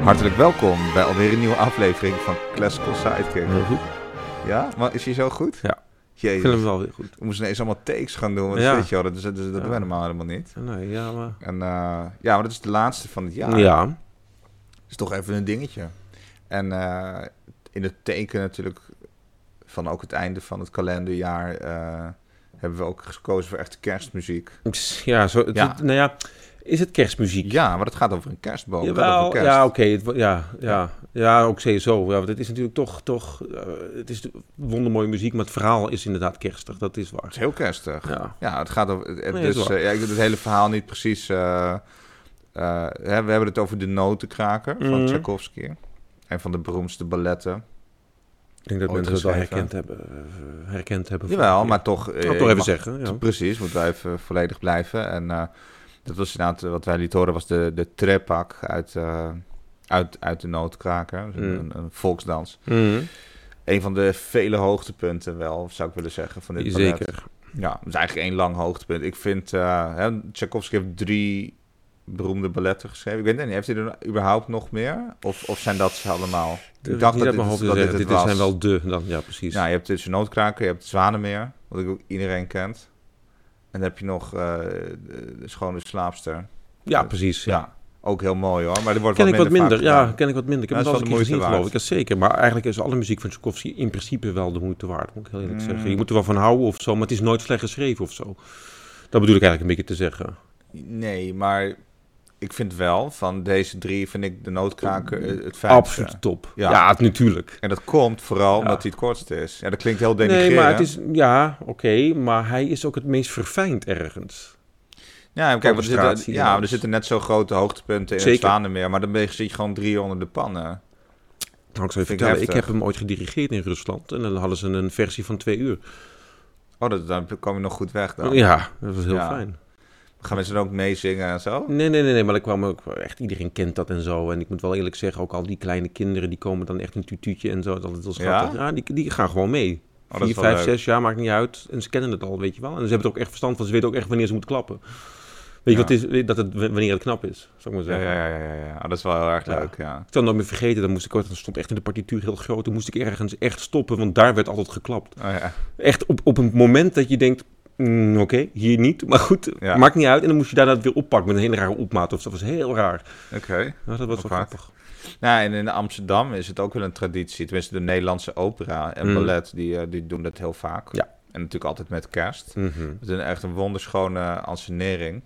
Hartelijk welkom bij alweer een nieuwe aflevering van Classical Sidekick. Heel goed. Ja? Maar is hij zo goed? Ja. Jezus. Ik vind hem wel weer goed. We moesten ineens allemaal takes gaan doen, want Ja. weet je wel, dat doen we normaal helemaal niet. Nee, ja, maar... En maar dat is de laatste van het jaar. Ja. Dat is toch even een dingetje. En in het teken natuurlijk van ook het einde van het kalenderjaar hebben we ook gekozen voor echte kerstmuziek. Ja, zo, Ja. nou ja, is het kerstmuziek? Ja, maar het gaat over een kerstboom. Het gaat Jawel, over kerst. ja, oké. Ja, ook sowieso. Ja, want het is natuurlijk toch het is wondermooie muziek, maar het verhaal is inderdaad kerstig. Dat is Het waar. is heel kerstig. Ja. Ja, het gaat over... Nee, dus, is waar. ik heb het hele verhaal niet precies... we hebben het over de Notenkraker van Mhm. Tchaikovsky. Een van de beroemdste balletten. Ik denk dat Ooit mensen het wel geschreven. herkend hebben. Jawel, maar toch... Ik toch even zeggen. Ja. Precies, moeten wij even volledig blijven. En dat was inderdaad... Wat wij lieten horen was de trepak uit de Notenkraker. Dus een volksdans. Mhm. Een van de vele hoogtepunten wel, zou ik willen zeggen, van dit ballet. Zeker. Ja, het is eigenlijk één lang hoogtepunt. Ik vind, Tchaikovsky heeft 3 beroemde balletten geschreven. Ik weet het niet, heeft hij er überhaupt nog meer? Of zijn dat ze allemaal? Ik dacht niet uit mijn hoofd te zeggen. Dit was. zijn wel dan, ja, precies. Ja, je hebt dus de Notenkraker, je hebt het Zwanemeer, wat ik ook iedereen kent. En dan heb je nog de Schone Slaapster. Ja, precies. Ja, ook heel mooi hoor, maar er wordt Ken ik wat minder, vaak gedaan. ja, ken ik wat minder. Ik heb Ja, het dat al is een wel keer de moeite gezien, geloof ik. waard. Dat zeker. Maar eigenlijk is alle muziek van Tchaikovsky in principe wel de moeite waard, moet ik heel eerlijk zeggen. Je moet er wel van houden of zo, maar het is nooit slecht geschreven of zo. Dat bedoel ik eigenlijk een beetje te zeggen. Nee, maar ik vind wel, van deze 3 vind ik de Notenkraker het fijnste. Absoluut top. Ja. Ja, natuurlijk. En dat komt vooral Ja. omdat hij het kortste is. Ja, dat klinkt heel denigrerend. Nee, maar het is, ja, oké, maar hij is ook het meest verfijnd ergens. Ja, kijk, Orchestratie en er alles. zitten net zo grote hoogtepunten in Zeker. het Zwanemeer, maar dan zit je gewoon 3 onder de pannen. Nou, ik zou je Vind ik vertellen, ik heftig. heb hem ooit gedirigeerd in Rusland en dan hadden ze een versie van 2 uur. Oh, dan kom je nog goed weg dan. Ja, dat was heel Ja. fijn. Gaan mensen dan ook meezingen en zo? Nee, maar er kwam ook echt, iedereen kent dat en zo. En ik moet wel eerlijk zeggen, ook al die kleine kinderen, die komen dan echt een tutuutje en zo. Dat is altijd wel schattig. Ja, die gaan gewoon mee. Oh, dat is 4, wel 5, leuk. 6 jaar, maakt niet uit. En ze kennen het al, weet je wel. En ze hebben er ook echt verstand van. Ze weten ook echt wanneer ze moeten klappen. Weet je wat het is? Dat het wanneer het knap is, zou ik maar zeggen. Ja. Oh, dat is wel heel erg Ja. leuk, ja. Ik zal het nooit meer vergeten, dat stond echt in de partituur heel groot. Toen moest ik ergens echt stoppen, want daar werd altijd geklapt. Oh, ja. Echt op een moment dat je denkt, oké, hier niet. Maar goed, Ja. maakt niet uit. En dan moest je daarna weer oppakken met een hele rare opmaat. Of dat was heel raar. Oké. Ja, dat was wel Apart. grappig. Nou, en in Amsterdam is het ook wel een traditie. Tenminste, de Nederlandse opera en ballet, die doen dat heel vaak. Ja. En natuurlijk altijd met kerst. Mhm. Het is echt een wonderschone ansenering.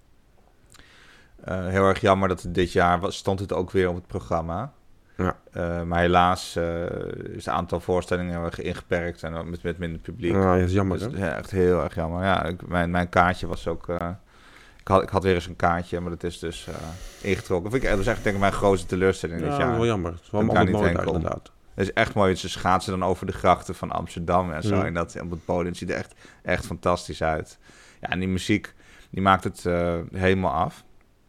Heel erg jammer dat het dit jaar stond het ook weer op het programma. Ja. Maar helaas is het aantal voorstellingen heel erg ingeperkt en ook met minder publiek. Ja, dat is jammer, Dus, hè? ja, echt heel erg jammer. Ja, mijn kaartje was ook... ik had weer eens een kaartje, maar dat is dus ingetrokken. Dat is eigenlijk denk ik mijn grootste teleurstelling dit Ja, jaar. wel jammer. Het is wel Dat allemaal kan mooi niet daar, enkel. inderdaad. Het is echt mooi. Ze schaatsen dan over de grachten van Amsterdam en zo. Mm. En dat op het podium ziet er echt fantastisch uit. Ja, en die muziek, die maakt het helemaal af.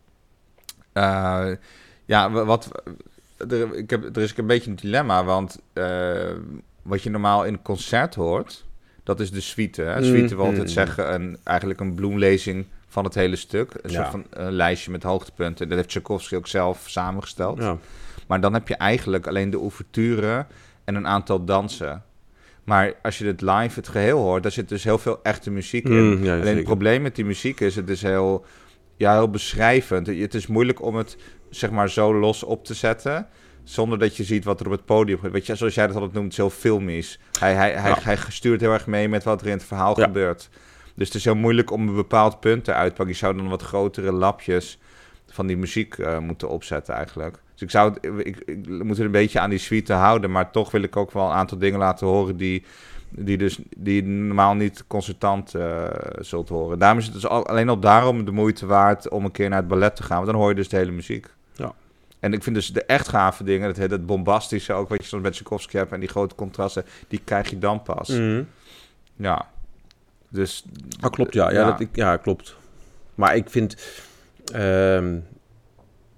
Er is een beetje een dilemma, want wat je normaal in een concert hoort, dat is de suite. Hè? Suite wil altijd zeggen, eigenlijk een bloemlezing van het hele stuk. Een soort van lijstje met hoogtepunten. Dat heeft Tchaikovsky ook zelf samengesteld. Ja. Maar dan heb je eigenlijk alleen de ouverture en een aantal dansen. Maar als je het live, het geheel hoort, daar zit dus heel veel echte muziek in. Ja, Alleen zeker. het probleem met die muziek is, het is heel beschrijvend. Het is moeilijk om het, zeg maar, zo los op te zetten, zonder dat je ziet wat er op het podium gebeurt. Weet je, zoals jij dat altijd noemt, het is heel filmisch. Hij stuurt heel erg mee met wat er in het verhaal gebeurt. Dus het is heel moeilijk om een bepaald punt te uitpakken. Je zou dan wat grotere lapjes van die muziek moeten opzetten eigenlijk. Dus ik moet het een beetje aan die suite houden, maar toch wil ik ook wel een aantal dingen laten horen die je normaal niet concertant zult horen. Daarom is het dus alleen al daarom de moeite waard om een keer naar het ballet te gaan, want dan hoor je dus de hele muziek. Ja. En ik vind dus de echt gave dingen, dat bombastische ook, wat je soms met Tchaikovsky hebt en die grote contrasten, die krijg je dan pas. Mhm. Ja. Dus... Klopt, ja. Ja, klopt. Maar ik vind...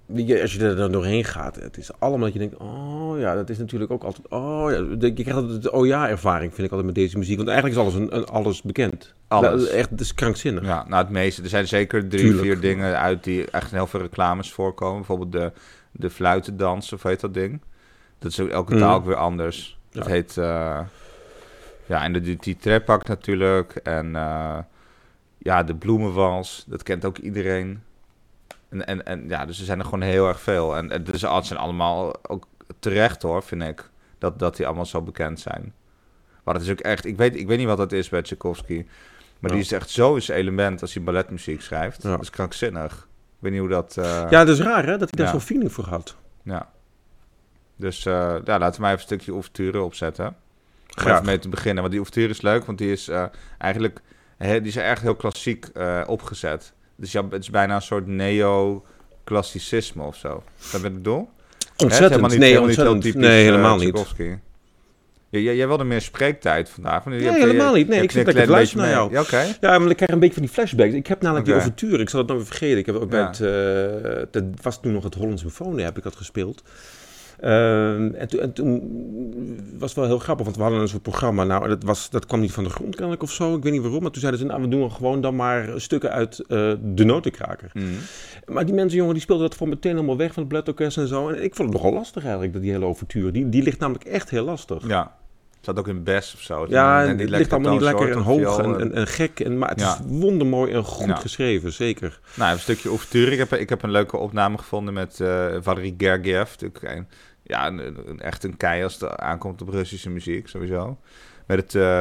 als je er dan doorheen gaat, het is allemaal dat je denkt, oh ja, dat is natuurlijk ook altijd, oh ja, je krijgt altijd de oh ja ervaring, vind ik altijd met deze muziek, want eigenlijk is alles bekend. Alles. Echt, het is krankzinnig. Ja, nou het meeste. Er zijn zeker 3-4 dingen uit die echt in heel veel reclames voorkomen. Bijvoorbeeld de fluitendans, of heet dat ding? Dat is ook elke taal ook weer anders. Dat heet, en die trepak natuurlijk, en de bloemenwals, dat kent ook iedereen. En dus er zijn er gewoon heel erg veel. En dus het zijn allemaal ook terecht hoor, vind ik, dat die allemaal zo bekend zijn. Maar het is ook echt, ik weet niet wat dat is bij Tchaikovsky, maar die is echt zo'n element als hij balletmuziek schrijft. Dat is krankzinnig. Ik weet niet hoe dat... Ja, dat is raar hè, dat hij daar zo'n feeling voor had. Ja. Dus laten we maar even een stukje ouverture opzetten. Om Graag. even mee te beginnen, want die ouverture is leuk, want die is eigenlijk... die is echt heel klassiek opgezet. Dus het is bijna een soort neo-klassicisme of zo. Dat ben ik bedoel? Ontzettend. Helemaal niet. Jij wilde meer spreektijd vandaag. Nee, helemaal niet. Nee, ik zit lekker te luisteren naar jou. Ja, okay. Ja, maar ik krijg een beetje van die flashbacks. Ik heb namelijk die ouverture, ik zal het nog even vergeten. Ik heb ook bij dat was toen nog het Hollands Symfonie, heb ik dat gespeeld. En toen was het wel heel grappig, want we hadden een soort programma. Nou, dat kwam niet van de grond kennelijk of zo. Ik weet niet waarom, maar toen zeiden ze, we doen gewoon dan maar stukken uit De Notenkraker. Maar die mensen, jongen, die speelden dat gewoon meteen helemaal weg van het balletorkest en zo. En ik vond het nogal lastig eigenlijk, die hele ouverture. Die ligt namelijk echt heel lastig. Ja. Zat ook in bes of zo. Ja, het ligt allemaal niet lekker en hoog en gek. Maar het is wondermooi en goed geschreven, zeker. Nou, een stukje ouverture. Ik heb een leuke opname gevonden met Valery Gergiev. Echt een kei als het aankomt op Russische muziek, sowieso. Met het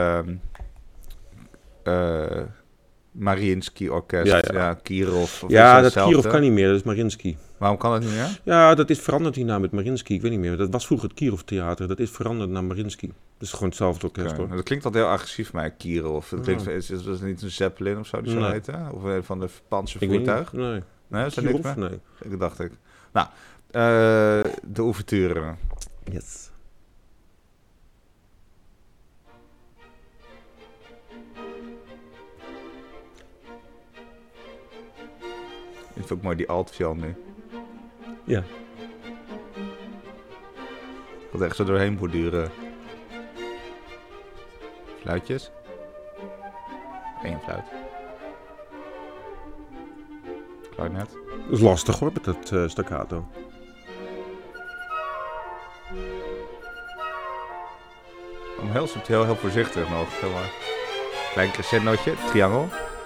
Mariinsky Orkest. Ja, Kirov. Dat Kirov kan niet meer, dat is Mariinsky. Waarom kan dat niet meer? Ja, dat is veranderd hierna met Mariinsky. Ik weet niet meer. Dat was vroeger het Kirov Theater. Dat is veranderd naar Mariinsky. Dat is gewoon hetzelfde orkest, hoor. Dat klinkt altijd heel agressief, maar Kirov. Dat klinkt, is dat niet een Zeppelin of zo die zo heet? Of een van de panzervoertuig? Nee. Nee, is dat niks meer? Nee. Ik dacht ik. Nou, de ouverture. Yes. Ik vind ook mooi die alt-viool nu. Ja. Wat echt zo doorheen borduren. Fluitjes. 1 fluit. Klarinet. Dat is lastig hoor, met dat staccato. Heel subtiel, heel voorzichtig nog. Heel mooi. Klein crescendootje, triangel.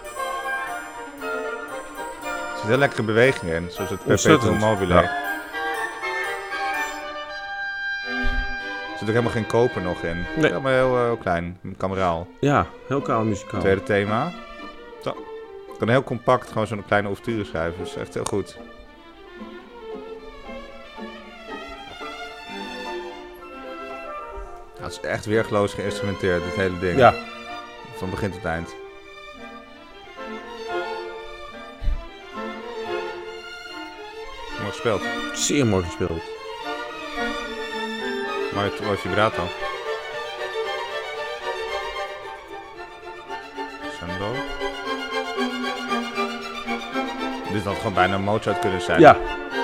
Er zit heel lekkere beweging in, zoals het Perpetuum mobile. Ja. Er zit ook helemaal geen koper nog in. Nee. Helemaal heel klein, kameraal. Ja, heel kaal muzikaal. Tweede thema. Zo. Ik kan heel compact gewoon zo'n kleine ouverture schrijven, dus echt heel goed. Ja, het is echt weergeloos geïnstrumenteerd, dit hele ding. Ja. Van begin tot eind. Mooi gespeeld. Zeer mooi gespeeld. Mooi vibrato. Sendo. Dit had gewoon bijna een Mozart kunnen zijn. Ja.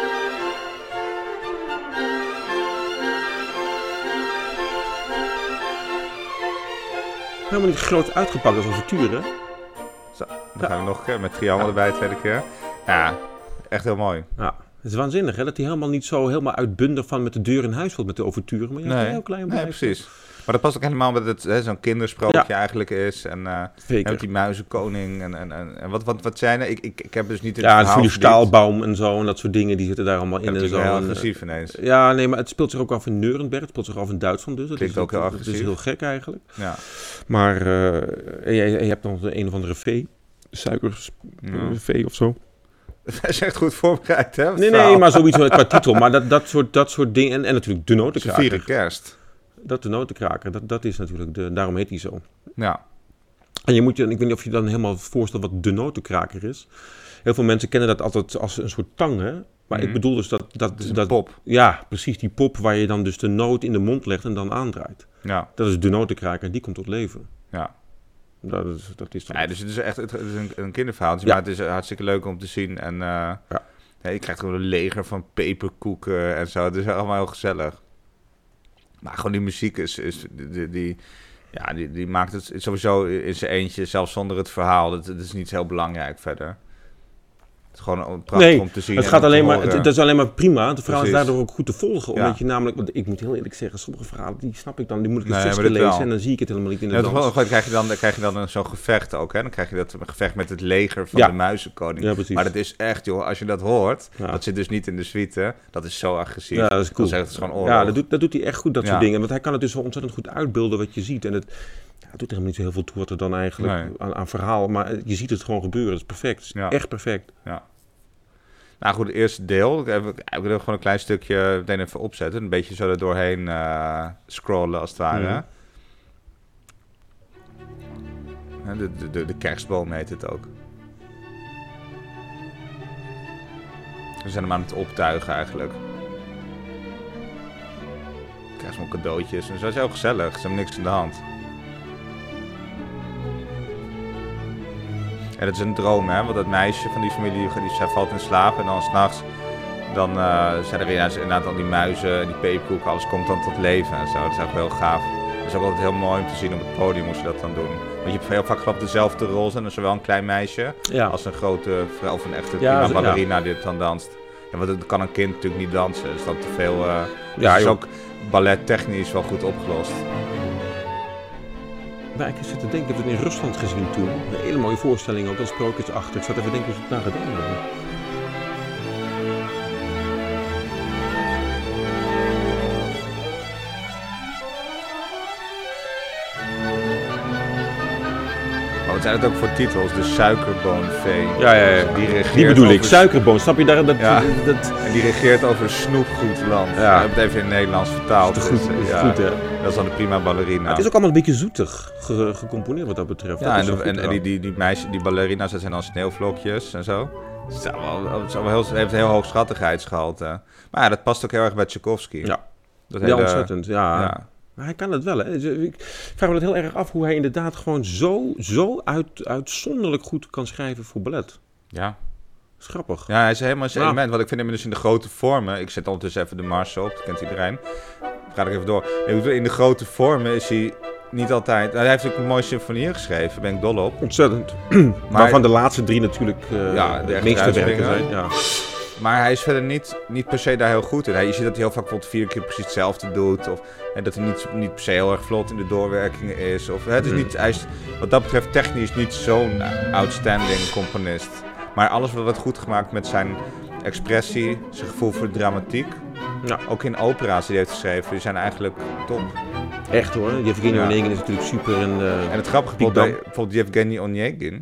Helemaal niet groot uitgepakt als ouverture, hè? Zo, dan gaan we nog een keer met triangel erbij, tweede keer. Ja, echt heel mooi. Ja, het is waanzinnig, hè? Dat hij helemaal niet zo helemaal uitbundig van met de deur in huis valt met de ouverture, maar juist een heel klein beetje. Nee, precies. Maar dat past ook helemaal met het zo'n kindersprookje eigenlijk is. En met die muizenkoning en wat zijn er? Ik heb dus niet het verhaal natuurlijk Staalbaum en zo en dat soort dingen, die zitten daar allemaal in. Dat is heel agressief ineens. Ja, nee, maar het speelt zich ook af in Nuremberg. Het speelt zich af in Duitsland dus. Dat klinkt ook heel agressief. Dat is heel gek eigenlijk. Ja. Maar je hebt dan een of andere vee. Suikervee of zo. Hij is echt goed voorbereid, hè? Nee, maar zoiets qua titel. Maar dat soort dingen. En natuurlijk de Notenkraker. Ze vieren kerst. Dat de Notenkraker, dat is natuurlijk, daarom heet hij zo. Ja. En ik weet niet of je dan helemaal voorstelt wat de Notenkraker is. Heel veel mensen kennen dat altijd als een soort tang, hè? Maar ik bedoel dus dat pop. Ja, precies, die pop waar je dan dus de noot in de mond legt en dan aandraait. Ja. Dat is de Notenkraker en die komt tot leven. Ja. Dat is ja, dus het is echt een kinderverhaal, maar het is hartstikke leuk om te zien. En Ja, je krijgt gewoon een leger van peperkoeken en zo. Het is allemaal heel gezellig. Maar gewoon die muziek die maakt het sowieso in zijn eentje, zelfs zonder het verhaal. Dat is niet heel belangrijk verder. Het is gewoon prachtig om te zien. Het gaat alleen maar, dat is alleen maar prima. Het verhaal is daardoor ook goed te volgen. Omdat je namelijk, want ik moet heel eerlijk zeggen, sommige verhalen die snap ik dan, die moet ik eens lezen en dan zie ik het helemaal niet in de dans. Dan krijg je dan zo'n gevecht ook. Hè? Dan krijg je dat gevecht met het leger van de muizenkoning. Ja, precies. Maar dat is echt, joh, als je dat hoort, dat zit dus niet in de suite. Dat is zo agressief. Ja, dat is cool. Dat is gewoon oorlog. Ja, dat doet hij echt goed, dat soort dingen. Want hij kan het dus wel ontzettend goed uitbeelden wat je ziet. En het doet helemaal niet zo heel veel toe wat er dan eigenlijk aan verhaal. Maar je ziet het gewoon gebeuren. Dat is perfect. Dat is echt perfect. Ja. Nou goed, het eerste deel. Ik wil gewoon een klein stukje meteen even opzetten. Een beetje zo er doorheen scrollen als het ware. De kerstboom heet het ook. We zijn hem aan het optuigen eigenlijk. Ik krijg zo'n cadeautjes. En zo is heel gezellig. Ze hebben niks aan de hand. En dat is een droom, hè? Want dat meisje van die familie, zij valt in slaap en dan 's nachts, dan zijn er inderdaad al die muizen, die peperkoeken, alles komt dan tot leven en zo. Dat is eigenlijk wel heel gaaf. Dat is ook altijd heel mooi om te zien op het podium hoe ze dat dan doen. Want je hebt heel vaak geloof dezelfde rol zijn, zowel een klein meisje als een grote vrouw of een echte prima ballerina die het dan danst. Ja, want dat kan een kind natuurlijk niet dansen, dus dat is te veel. Het is ook ballettechnisch wel goed opgelost. Maar ik zit te denken, ik heb het in Rusland gezien toen. Een hele mooie voorstelling ook, als sprookjes achter. Ik zat even te denken hoe ze het daar gedaan hebben. Maar wat zijn het ook voor titels? De Suikerboonvee. Ja. Die bedoel ik, Suikerboon. Snap je daar? En die regeert over een snoepgoedland. Ja. Ik heb het even in het Nederlands vertaald. Dat is goed, goed, hè? Dat is dan de prima ballerina. Het is ook allemaal een beetje zoetig gecomponeerd wat dat betreft. Ja, en die meisjes, die ballerina's, dat zijn dan sneeuwvlokjes en zo. Het heeft een heel hoog schattigheidsgehalte. Maar ja, dat past ook heel erg bij Tchaikovsky. Ja, ontzettend. Ja. Maar hij kan het wel, hè. Ik vraag me dat heel erg af hoe hij inderdaad gewoon zo uitzonderlijk goed kan schrijven voor ballet. Ja. Dat is grappig. Ja, hij is helemaal in zijn element. Want ik vind hem dus in de grote vormen. Ik zet ondertussen even de mars op, dat kent iedereen. Ga ik even door. In de grote vormen is hij niet altijd. Hij heeft ook een mooie symfonieën geschreven, daar ben ik dol op. Ontzettend. Maar van de laatste 3 natuurlijk de meeste werken zijn. Ja. Maar hij is verder niet per se daar heel goed in. Je ziet dat hij heel vaak bijvoorbeeld 4 keer precies hetzelfde doet. Of dat hij niet per se heel erg vlot in de doorwerking is. Of, het is niet, hij is wat dat betreft technisch niet zo'n outstanding componist. Maar alles wat goed gemaakt met zijn expressie, zijn gevoel voor de dramatiek. Ja. Ook in opera's die hij heeft geschreven, die zijn eigenlijk top. Echt hoor, Yevgeny Onegin is natuurlijk super. En het grappige bijvoorbeeld Yevgeny Onegin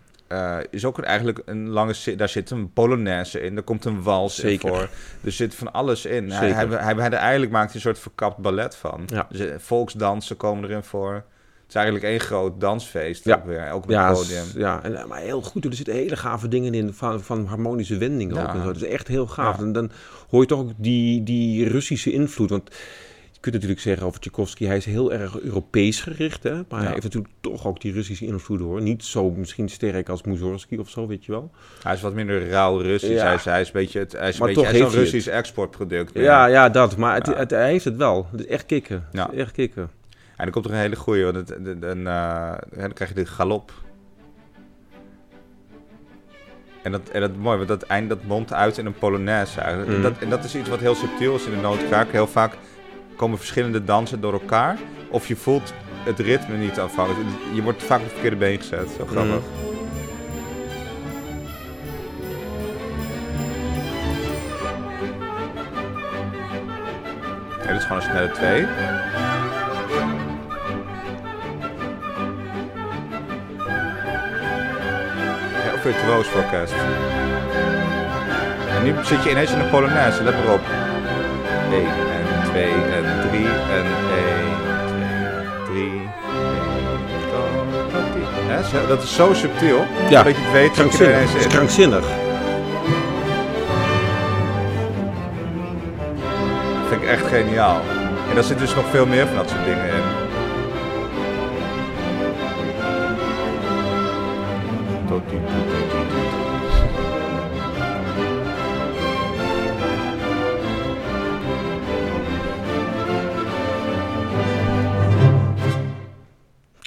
is ook eigenlijk een lange... Daar zit een polonaise in, er komt een wals in voor. Er zit van alles in. Eigenlijk maakt hij een soort verkapt ballet van. Ja. Dus, volksdansen komen erin voor. Het is eigenlijk één groot dansfeest ook weer, ook op het podium. Ja, maar heel goed. Er zitten hele gave dingen in van harmonische wendingen ook en zo. Het is echt heel gaaf. Ja. En dan hoor je toch ook die Russische invloed. Want je kunt natuurlijk zeggen over Tchaikovsky, hij is heel erg Europees gericht. Hè? Maar hij heeft natuurlijk toch ook die Russische invloed hoor. Niet zo misschien sterk als Mussorgsky of zo, weet je wel. Hij is wat minder rauw Russisch. Ja. Hij is een beetje zo'n Russisch exportproduct. Ja, dat. Maar hij heeft het wel. Het is echt kicken. Ja. Echt kicken. En dan komt er een hele goeie, want dan krijg je de galop. En dat mooi, want dat eind dat mondt uit in een polonaise eigenlijk. En dat is iets wat heel subtiel is in de nootkraak. Heel vaak komen verschillende dansen door elkaar. Of je voelt het ritme niet aanvangen. Je wordt vaak op het verkeerde been gezet. Zo grappig. Ja, dit is gewoon een snelle 2. Virtuoos voor orkest. En nu zit je ineens in een polonaise, let maar op. 1 en 2 en 3 en 1, 2, 3, 1. Dat is zo subtiel. Ja, dat je het weet. Krankzinnig. Het is krankzinnig. Dat vind ik echt geniaal. En daar zit dus nog veel meer van dat soort dingen in.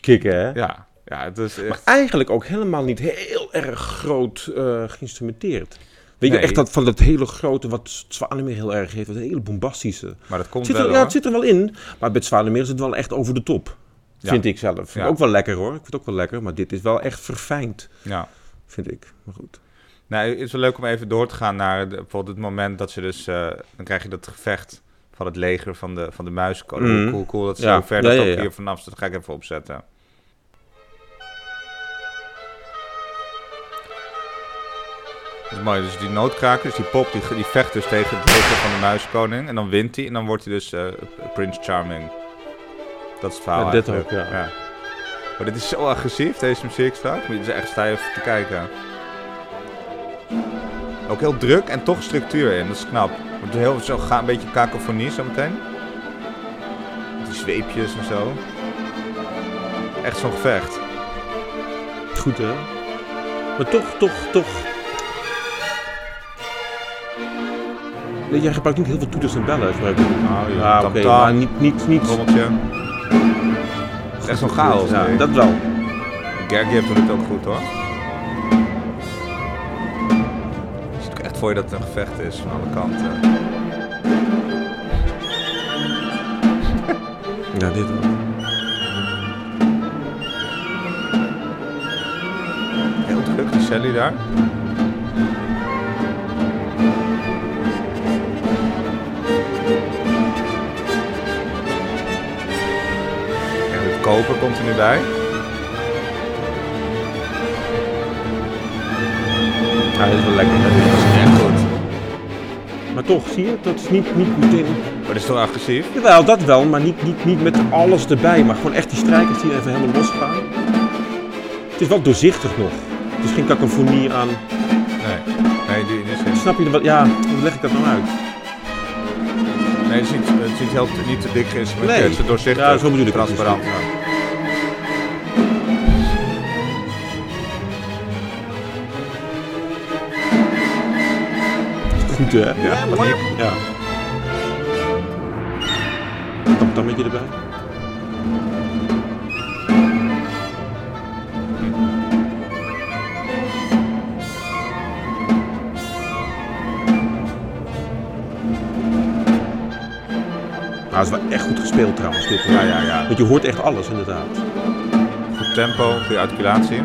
kicken, hè? Ja, het is echt... Maar eigenlijk ook helemaal niet heel erg groot geïnstrumenteerd. Weet je, Nee. echt dat van dat hele grote, wat Zwanemeer heel erg heeft, dat hele bombastische. Maar dat komt Zit wel, er, ja, het zit er wel in, maar bij Zwanemeer is het wel echt over de top. Ja. Vind ik zelf. Vind Ja. ik ook wel lekker hoor. Ik vind het ook wel lekker, maar dit is wel echt verfijnd, Ja. vind ik. Maar goed. Nou, het is wel leuk om even door te gaan naar bijvoorbeeld het moment dat ze dus... dan krijg je dat gevecht van het leger van de muizenkoning. Hoe cool dat ze Ja. hoe ver dat Ja, ook ja, ja. hier vanaf. Dus dat ga ik even opzetten. Dat is mooi. Dus die noodkraker, dus die pop, die vecht dus tegen het leger van de muizenkoning. En dan wint hij en dan wordt hij dus Prince Charming. Dat is het verhaal Ja, dit eigenlijk. ook, ja. Maar dit is zo agressief, deze muziek straks. Moet je dus echt sta je even te kijken. Ook heel druk en toch structuur in, dat is knap. Wordt heel zo een beetje kakofonie zometeen. Die zweepjes en zo. Echt zo'n gevecht. Goed hè? Maar toch. Weet je, jij gebruikt niet heel veel toeters en bellen. Gebruik ik. Oh, Ja, oké, maar niet... Rommeltje. Het is echt zo'n chaos. Ja, nee. dat wel. Gergiev doet het ook goed hoor. Je ziet ook echt voor je dat het een gevecht is van alle kanten. Ja, dit wel. Heel druk, die Sally daar. En het koper komt er nu bij. Ja, dit is wel lekker. Dat is echt goed. Maar toch, zie je, dat is niet meteen... Maar dat is toch agressief? Jawel, dat wel, maar niet met alles erbij. Maar gewoon echt die strijkers die even helemaal losgaan. Het is wel doorzichtig nog. Het is geen kakofonie aan... Nee, die is niet. Snap je er wat? Ja, hoe leg ik dat nou uit? Nee, het is niet te dik geïnstrumenteerd. Nee. Het is doorzichtig, Ja, zo bedoel ik het. transparant. Ja. Goed hè? Ja, paniek. Ja. Tamtammetje erbij. Nou, het is wel echt goed gespeeld trouwens dit. Hoor. Ja. Want je hoort echt alles inderdaad. Goed tempo, goede articulatie.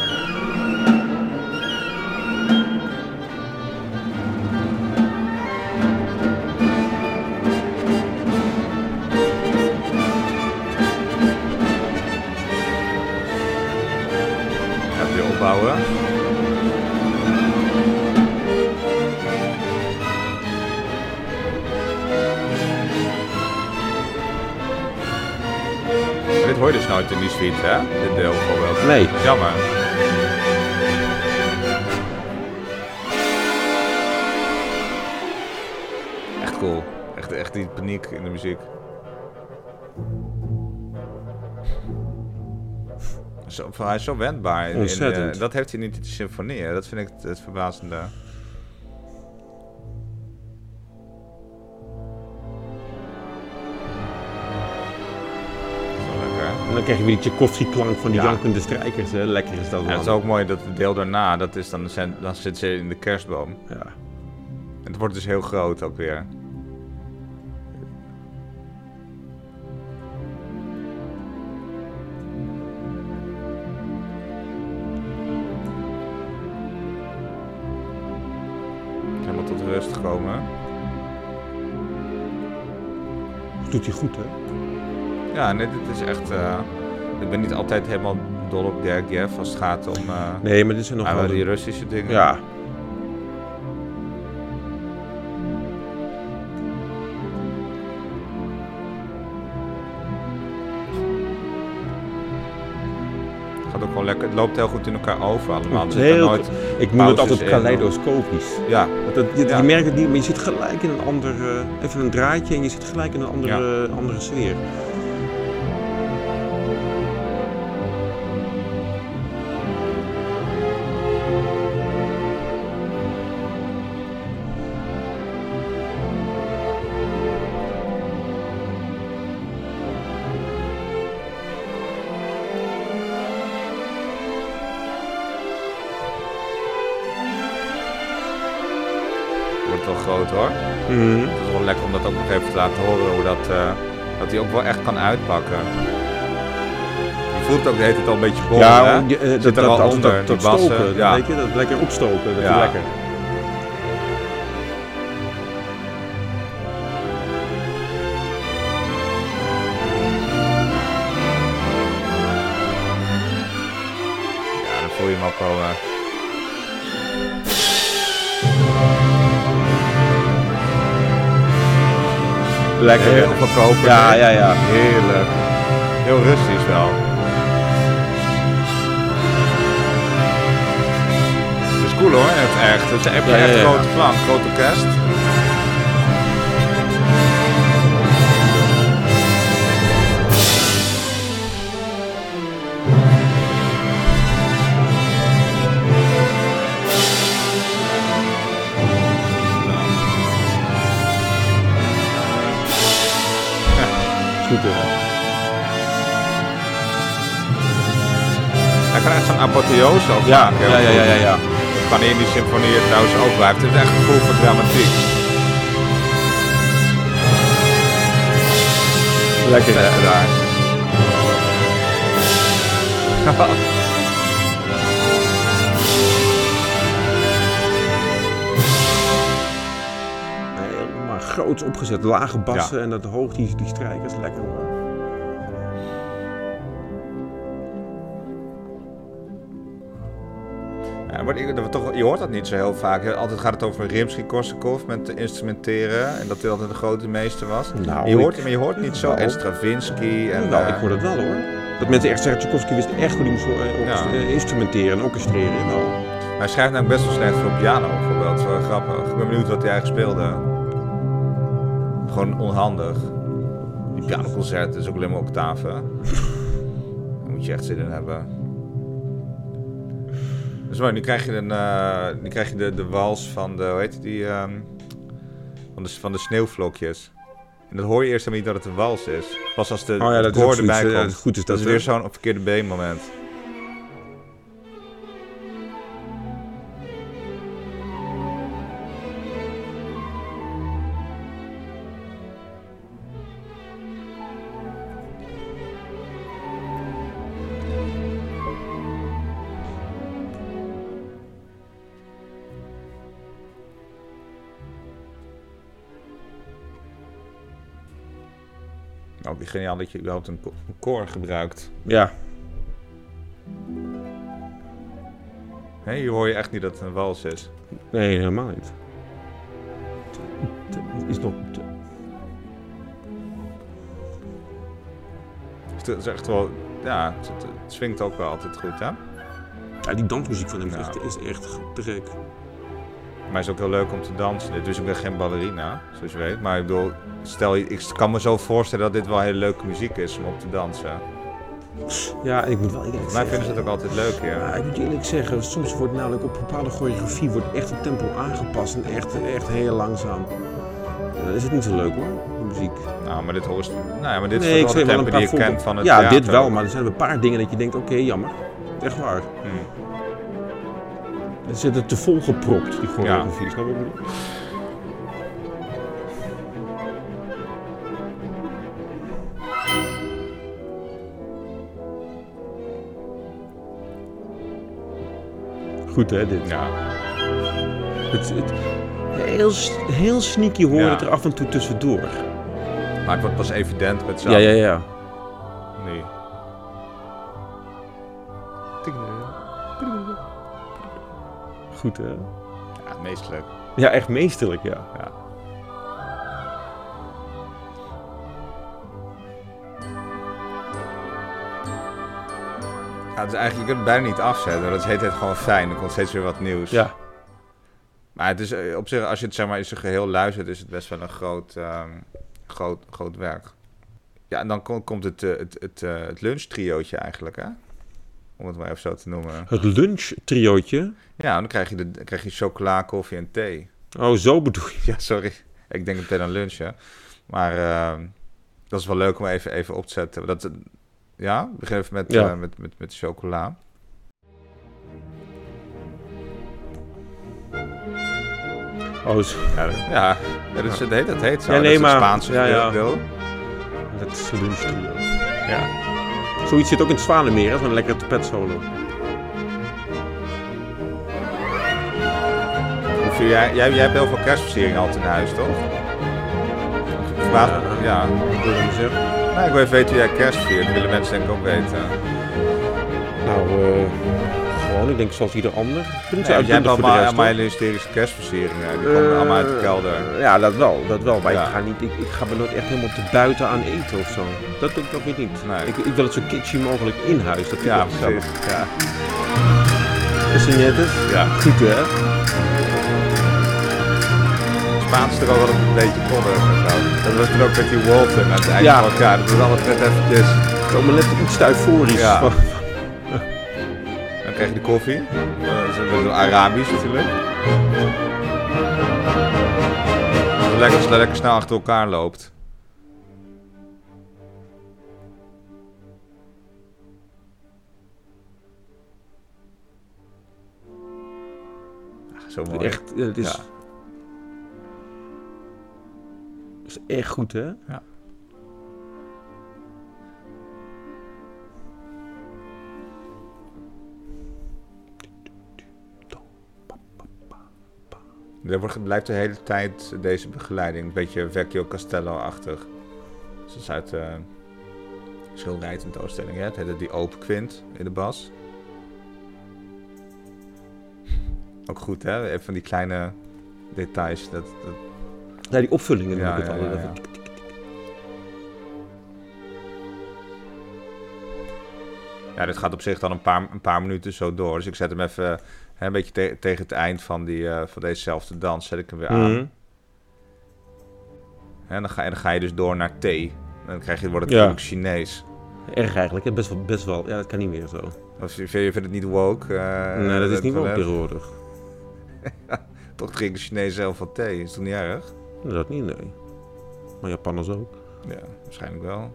Gaat weer opbouwen. Maar dit hoor je dus nooit in die suite, hè? Dit deel bijvoorbeeld. Nee. Dat is jammer. Echt cool. Echt die paniek in de muziek. Hij is zo wendbaar. Ontzettend. Dat heeft hij niet in de symfonie. Hè? Dat vind ik het verbazende. En dan krijg je weer die Tchaikovsky-klank van die Ja. jankende strijkers. Hè? Lekker is dat Ja, wel. het is ook mooi dat het deel daarna, dat is dan zit ze in de kerstboom. Ja. En het wordt dus heel groot ook weer. Helemaal tot rust gekomen. Dat doet hij goed, hè? Ja, nee, dit is echt... ik ben niet altijd helemaal dol op Gergiev als het gaat om Nee, maar dit zijn nog wel... die Russische dingen. Ja. Het gaat ook gewoon lekker. Het loopt heel goed in elkaar over allemaal. Het Er is zitten heel nooit Ik noem het pauzes altijd in. kaleidoscopisch. Ja, Je Ja. merkt het niet, maar je zit gelijk in een ander... even een draadje en je zit gelijk in een andere sfeer. wordt wel groot hoor. Mm. Het is wel lekker om dat ook nog even te laten horen, hoe dat hij ook wel echt kan uitpakken. Je voelt ook de hele tijd al een beetje bollen, hè? Zit er al onder, die bassen. Stoken, ja. weet je, dat lekker opstoken, dat is lekker. Ja, dan voel je hem ook wel... Lekker. Heel verkopen. Ja. Heerlijk. Heel rustig wel. Het is cool hoor, het echt. Het is echt een grote klank, groot orkest. Goed hè. Hij kan echt zo'n apotheose ook maken. Ja. Dat kan hij in die symfonie trouwens ook bij. Het heeft echt een gevoel voor dramatiek. Lekker daar. Maar groots opgezet, lage bassen en dat hoog die strijkers, lekker hoor. Je hoort dat niet zo heel vaak. Altijd gaat het over Rimsky-Korsakov met instrumenteren. En dat hij altijd de grote meester was. Nou, je hoort niet zo en Stravinsky. En, ik hoor dat wel hoor. Dat mensen echt zeggen, Tchaikovsky wist echt hoe hij moest instrumenteren en orchestreren. Nou. Hij schrijft namelijk best wel slecht voor piano bijvoorbeeld. Dat is wel grappig. Ik ben benieuwd wat hij eigenlijk speelde. Gewoon onhandig. Die pianoconcert is ook alleen maar octaven. Daar moet je echt zin in hebben. Dus maar, nu krijg je de wals van de, hoe heet die, van de sneeuwvlokjes. En dat hoor je eerst helemaal niet dat het een wals is. Pas als de koor erbij komt. Dat goed is dat is weer zo'n verkeerde B-moment. Ook geniaal dat je überhaupt een koor gebruikt. Ja. Nee, hier hoor je echt niet dat het een wals is. Nee, helemaal niet. Het is nog... Het is echt wel... Ja, het swingt ook wel altijd goed, hè? Ja, die dansmuziek van hem is echt te gek. Maar het is ook heel leuk om te dansen. Dit is ook geen ballerina, zoals je weet. Maar ik bedoel, ik kan me zo voorstellen dat dit wel hele leuke muziek is om op te dansen. Ja, ik moet wel eerlijk zeggen... Maar vinden ze het ook altijd leuk, ja? Ja, ik moet eerlijk zeggen, soms wordt namelijk op bepaalde choreografie wordt echt het tempo aangepast en echt heel langzaam. Dan is het niet zo leuk hoor, de muziek. Nou, maar dit hoort... Nou, maar dit is wel de tempo die je kent van het theater. Ja, dit wel, maar er zijn een paar dingen dat je denkt, oké, jammer. Echt waar. Er zitten te vol gepropt, die choreografie, snap je wat ik bedoel? Goed hè, dit? Ja. Heel sneaky hoor het er af en toe tussendoor. Maar het wordt pas evident met z'n Ja. Nee. Goed hè? Ja, meestelijk. Ja, echt meesterlijk, ja. Ja, het is eigenlijk, je kunt het bijna niet afzetten. Dat is de hele tijd gewoon fijn. Er komt steeds weer wat nieuws. Ja. Maar het is op zich, als je het zeg maar in zijn geheel luistert, is het best wel een groot werk. Ja, en dan komt het lunchtriootje eigenlijk, hè? Om het maar even zo te noemen. Het lunchtriootje? Ja, dan krijg je chocola, koffie en thee. Oh, zo bedoel je? Ja, sorry. Ik denk meteen aan lunchen. Maar dat is wel leuk om even op te zetten. Ja, we beginnen even met chocola. Ja, dat heet zo. Ja, nee, dat is maar... het Spaanse deel. Dat is een trio. Ja. Zoiets zit ook in het Zwanenmeer, hè? Zo'n lekkere trompetsolo. Jij hebt heel veel kerstversieringen altijd in huis, toch? Ja. Wat wil je dan zeggen? Nou, ik wil even weten hoe jij kerst viert. Dat willen mensen denk ik ook weten. Nou, gewoon, ik denk zoals ieder ander. Jij hebt allemaal hele hysterische kerstversieringen. Die komen allemaal uit de kelder. Ja, dat wel. Maar ik ga me nooit echt helemaal te buiten aan eten of zo. Dat doe ik ook niet. Nee. Ik wil het zo kitschy mogelijk in huis. Dat vind ik wel gezellig. Ja. Is het net het? Ja. Goed, hè? Spaans is er ook wel een beetje koddig en zo. Dat was toen ook met die Walton aan het einde van elkaar. Dat was altijd net eventjes... Het is allemaal net iets te euforisch. Ja. Dan krijg je de koffie. Dat is Arabisch natuurlijk. Als het lekker snel achter elkaar loopt. Zo mooi. Echt, het is... Dat is echt goed, hè? Ja. Er blijft de hele tijd deze begeleiding een beetje Vecchio Castello-achtig. Zoals uit schilderij-tentoonstelling. Het heette die open quint in de bas. Ook goed, hè? Even van die kleine details. Ja, die opvullingen noem ik het altijd. Ja. Ja, dit gaat op zich dan een paar minuten zo door. Dus ik zet hem even een beetje tegen het eind van dezezelfde dans. Zet ik hem weer aan. Mm-hmm. En dan ga je dus door naar T. Dan wordt het ook Chinees. Erg eigenlijk, hè? Best wel. Ja, dat kan niet meer zo. Of je vindt het niet woke? Nee, dat is niet woke tegenwoordig. Toch drinken Chinezen zelf van thee. Is toch niet erg? Dat niet, nee. Maar Japanners ook. Ja, waarschijnlijk wel.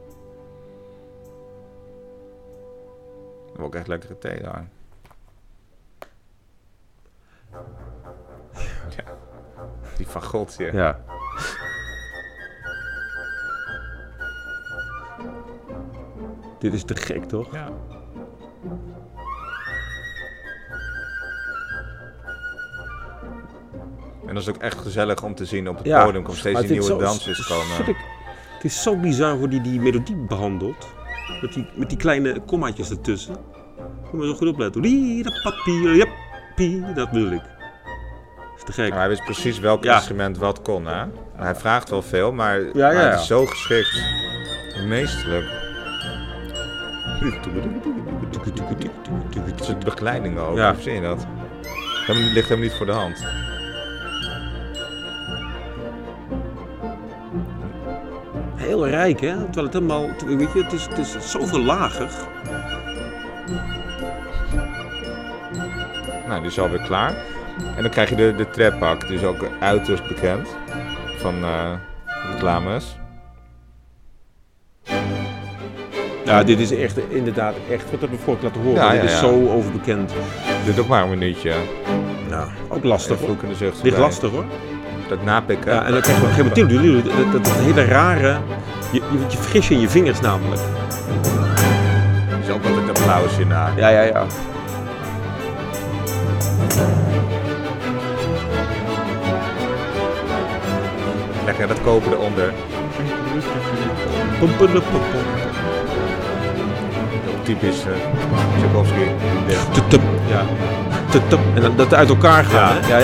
We hebben ook echt lekkere thee daar. Ja. Die van Godje. Ja. Dit is te gek, toch? Ja. En dat is ook echt gezellig om te zien op het podium. Komt steeds die nieuwe dansers komen. Het is zo bizar hoe die melodie behandelt. Met die kleine kommaatjes ertussen. Moet maar zo goed opletten. Dat bedoel ik. Dat is te gek. Maar hij wist precies welk instrument wat kon, hè? Hij vraagt wel veel, maar het is zo geschikt. Meesterlijk. Het is de begeleiding ook. Ja. Zie je dat? Dat ligt hem niet voor de hand. Heel rijk, hè? Terwijl het helemaal... Weet je, het is zoveel lager. Nou, die is alweer klaar. En dan krijg je de trappak. Die is ook uiterst bekend. Van reclames. Ja, dit is echt, inderdaad echt wat we vorige laten horen. Dit is zo overbekend. Dit ook maar een minuutje. Ja, ook lastig hoor. Ligt lastig hoor. Dat napikken. Ja, en dan krijg je op een gegeven moment dat hele rare... Je vergis je in je vingers namelijk. Er is ook altijd een applausje na. Ja. Lekker dat kopen eronder. Typisch Tchaikovsky. Ja. En dan dat uit elkaar gaan. Ja.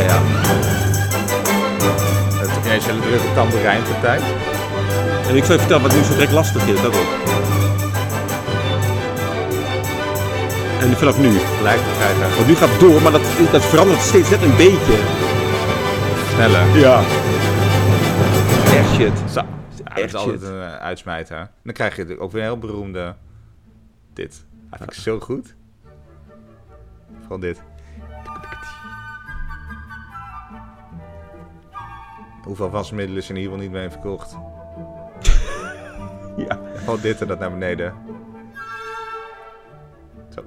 Jij is een hele drukke tamboerijnpartij. En ik zou je vertellen wat nu zo direct lastig is, dat ook. En vanaf nu. Gelijk te krijgen. Want nu gaat het door, maar dat verandert steeds net een beetje. Sneller. Ja. Echt shit. Zo. Ja, dat is altijd een uitsmijter. Dan krijg je ook weer een heel beroemde... Dit. Dat vind ik zo goed. Vooral dit. Hoeveel wasmiddelen zijn hier wel niet mee verkocht? Ja. Gewoon dit en dat naar beneden. Zo.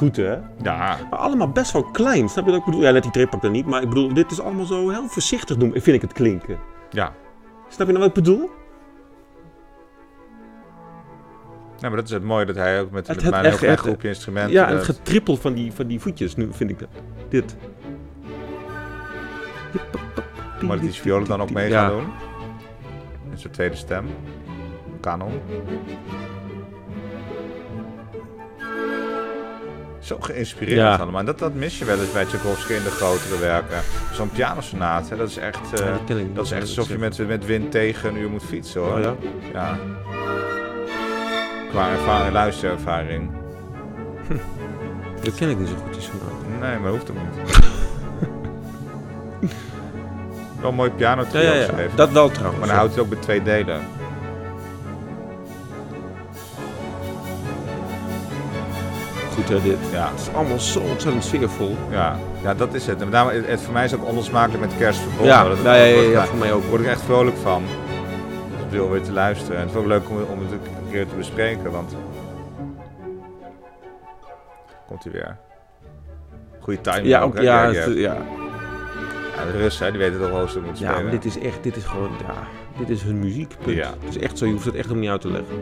goed, hè? Ja. Maar allemaal best wel klein. Snap je wat ik bedoel? Ja, net die trepak dan niet. Maar ik bedoel, dit is allemaal zo heel voorzichtig vind ik het klinken. Ja. Snap je nou wat ik bedoel? Ja, maar dat is het mooie dat hij ook met een heel klein groepje instrumenten... Ja, en het getrippel van die voetjes, nu vind ik dat. Dit. Maar dat die violen dan ook mee gaan doen. In zijn tweede stem. Kanon. Zo geïnspireerd allemaal. En dat mis je wel eens bij Tchaikovsky in de grotere werken. Zo'n pianosonate, dat is echt... dat is echt alsof je met wind tegen een uur moet fietsen, hoor. Oh, ja. Qua luisterervaring. Dat ken ik niet zo goed, die sonate. Nee, maar hoeft ook niet. Wel een mooi pianotrio geschreven. Dat wel trouwens. Maar dan houdt het ook bij 2 delen. Goed, hè, dit. Ja. Het is allemaal zo ontzettend sfeervol. Ja, dat is het. En daarom, voor mij is het ook onlosmakelijk met kerst verbonden. Ja, voor mij ook. Daar word ik echt vrolijk van. Dus ik wil weer te luisteren. En het is ook leuk om het een keer te bespreken, want... Komt hij weer. Goeie timing ook, hè? Ja, de Russen, die weten toch wel hoe ze moeten spelen. Ja, maar dit is gewoon, dit is hun muziek, punt. Ja. Het is echt zo, je hoeft het echt om niet uit te leggen.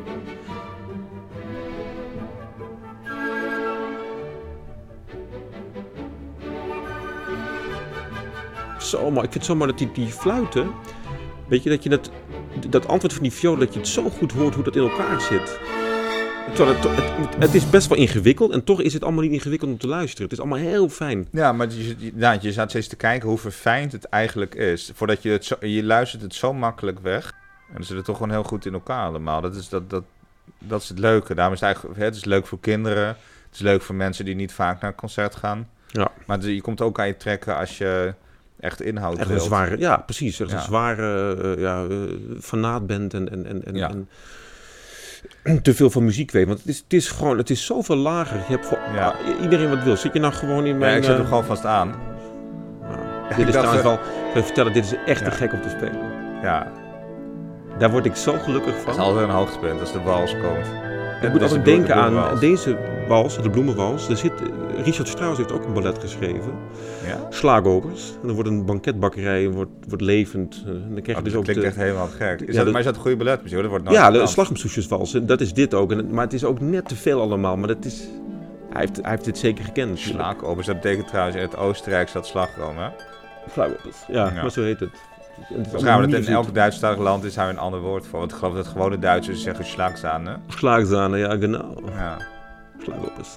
Zo mooi, ik vind het zo mooi dat die fluiten, weet je, dat je dat antwoord van die viool, dat je het zo goed hoort hoe dat in elkaar zit. Het is best wel ingewikkeld en toch is het allemaal niet ingewikkeld om te luisteren. Het is allemaal heel fijn. Ja, maar je staat steeds te kijken hoe verfijnd het eigenlijk is. Voordat je luistert het zo makkelijk weg. En dan zit het toch gewoon heel goed in elkaar allemaal. Dat is het leuke. Daarom is het eigenlijk, het is leuk voor kinderen. Het is leuk voor mensen die niet vaak naar een concert gaan. Ja. Maar je komt ook aan je trekken als je echt inhoud echt wilt. een zware, ja, precies. Echt een zware fanaat bent en te veel van muziek weet. Want het is zoveel lager. Je hebt voor iedereen wat wil. Zit je nou gewoon in mijn... Ja, ik zet hem gewoon vast aan. Dit is trouwens wel... Ik wil je vertellen, dit is echt te gek om te spelen. Ja. Daar word ik zo gelukkig van. Het is altijd een hoogtepunt als de wals komt. Ik moet altijd denken aan deze wals, de bloemenwals. Richard Strauss heeft ook een ballet geschreven. Ja? Slagopers. En er wordt een banketbakkerij, wordt levend. En dan krijg je dus dat ook klinkt echt helemaal gek. Maar is dat een goede balletmuziek? Dat wordt de slagroomsoesjeswals. Dat is dit ook. Maar het is ook net te veel allemaal. Maar dat is... Hij heeft dit zeker gekend. Slagopers, dat betekent trouwens in het Oostenrijks dat slagroom, hè? Slagopers, ja, maar zo heet het. Waarschijnlijk dat in elk Duitsstalig land is daar een ander woord voor. Want ik geloof dat gewone Duitsers zeggen Schlagzahne. Schlagzahne, ja, genau. Ja. Slagopers.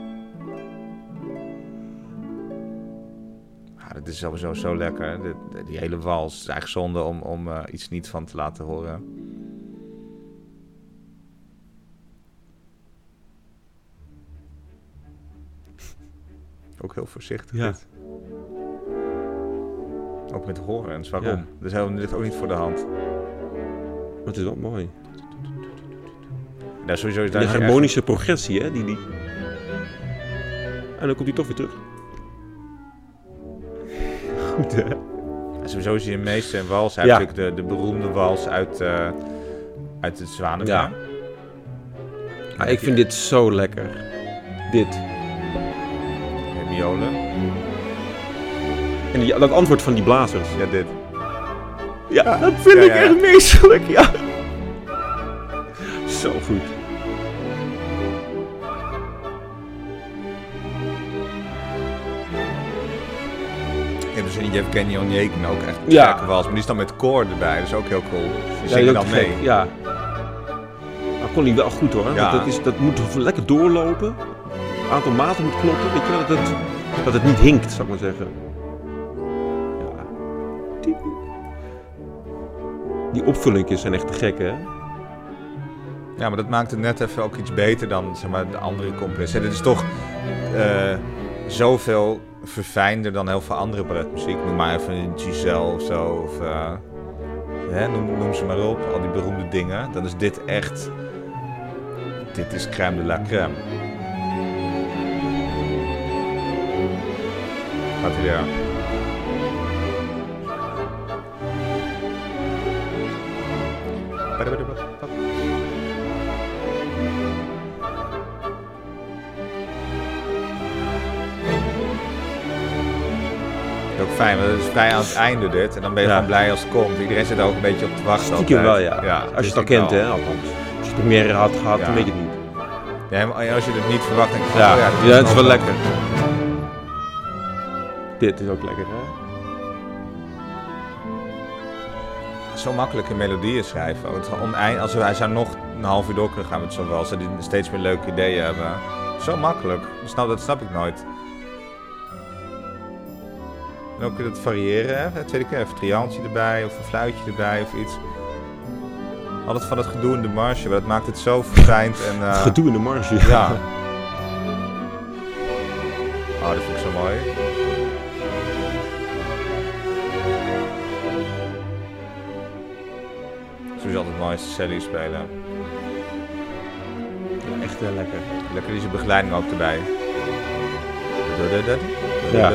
Dat is sowieso zo lekker. Die hele wals. Het is eigenlijk zonde om iets niet van te laten horen. Ook heel voorzichtig. Ja. Dit. Ook met horens. Waarom? Ja. Dat ligt ook niet voor de hand. Maar het is wel mooi. Ja, sowieso is die harmonische progressie, hè? Die... En dan komt hij toch weer terug. Goed, hè? En sowieso zie je meester en wals. Hij heeft natuurlijk de beroemde wals uit het Zwanenmeer. Ja. Maar ik vind dit zo lekker. Dit. Miolen. En dat antwoord van die blazers. Ja, dit. Ja, dat vind ik echt meesterlijk, ja. Zo goed. Je hebt dus in Yevgeny Onegin ook echt een gekke wals. Maar die is dan met koor erbij. Dat is ook heel cool. Die zingen dan mee. Ja. Maar kon hij wel goed, hoor. Ja. Want dat moet lekker doorlopen. Het aantal maten moet kloppen. Weet je wel, dat het niet hinkt, zou ik maar zeggen. Ja. Die opvullingjes zijn echt te gek, hè? Ja, maar dat maakt het net even ook iets beter dan, zeg maar, de andere componisten. Dit is toch zoveel verfijnder dan heel veel andere balletmuziek. Noem maar even Giselle of zo. Of, noem ze maar op. Al die beroemde dingen. Dan is dit echt... Dit is crème de la crème. Gaat hij weer. fijn, want het is vrij aan het einde dit. En dan ben je gewoon blij als het komt. Iedereen zit er ook een beetje op te wachten. Stiekem wel, ja. Als je het al kent, hè, althans. Als je het première had gehad, dan weet je het niet. Ja, maar als je het niet verwacht, denk je het is wel lekker. Dit is ook lekker, hè? Zo makkelijk een melodieën schrijven. Als hij zou nog een half uur door kunnen gaan met zo wel. Als ze steeds meer leuke ideeën hebben. Zo makkelijk. Dat snap ik nooit. En ook dat variëren, hè? Tweede keer even een triantje erbij, of een fluitje erbij, of iets. Altijd van het gedoe in de marge, maar dat maakt het zo verfijnd en... Gedoe in de marge? Ja. Oh, dat vind ik zo mooi. Zo is altijd mooi als de cello spelen. Ja, echt lekker. Lekker die zijn begeleiding ook erbij. Ja.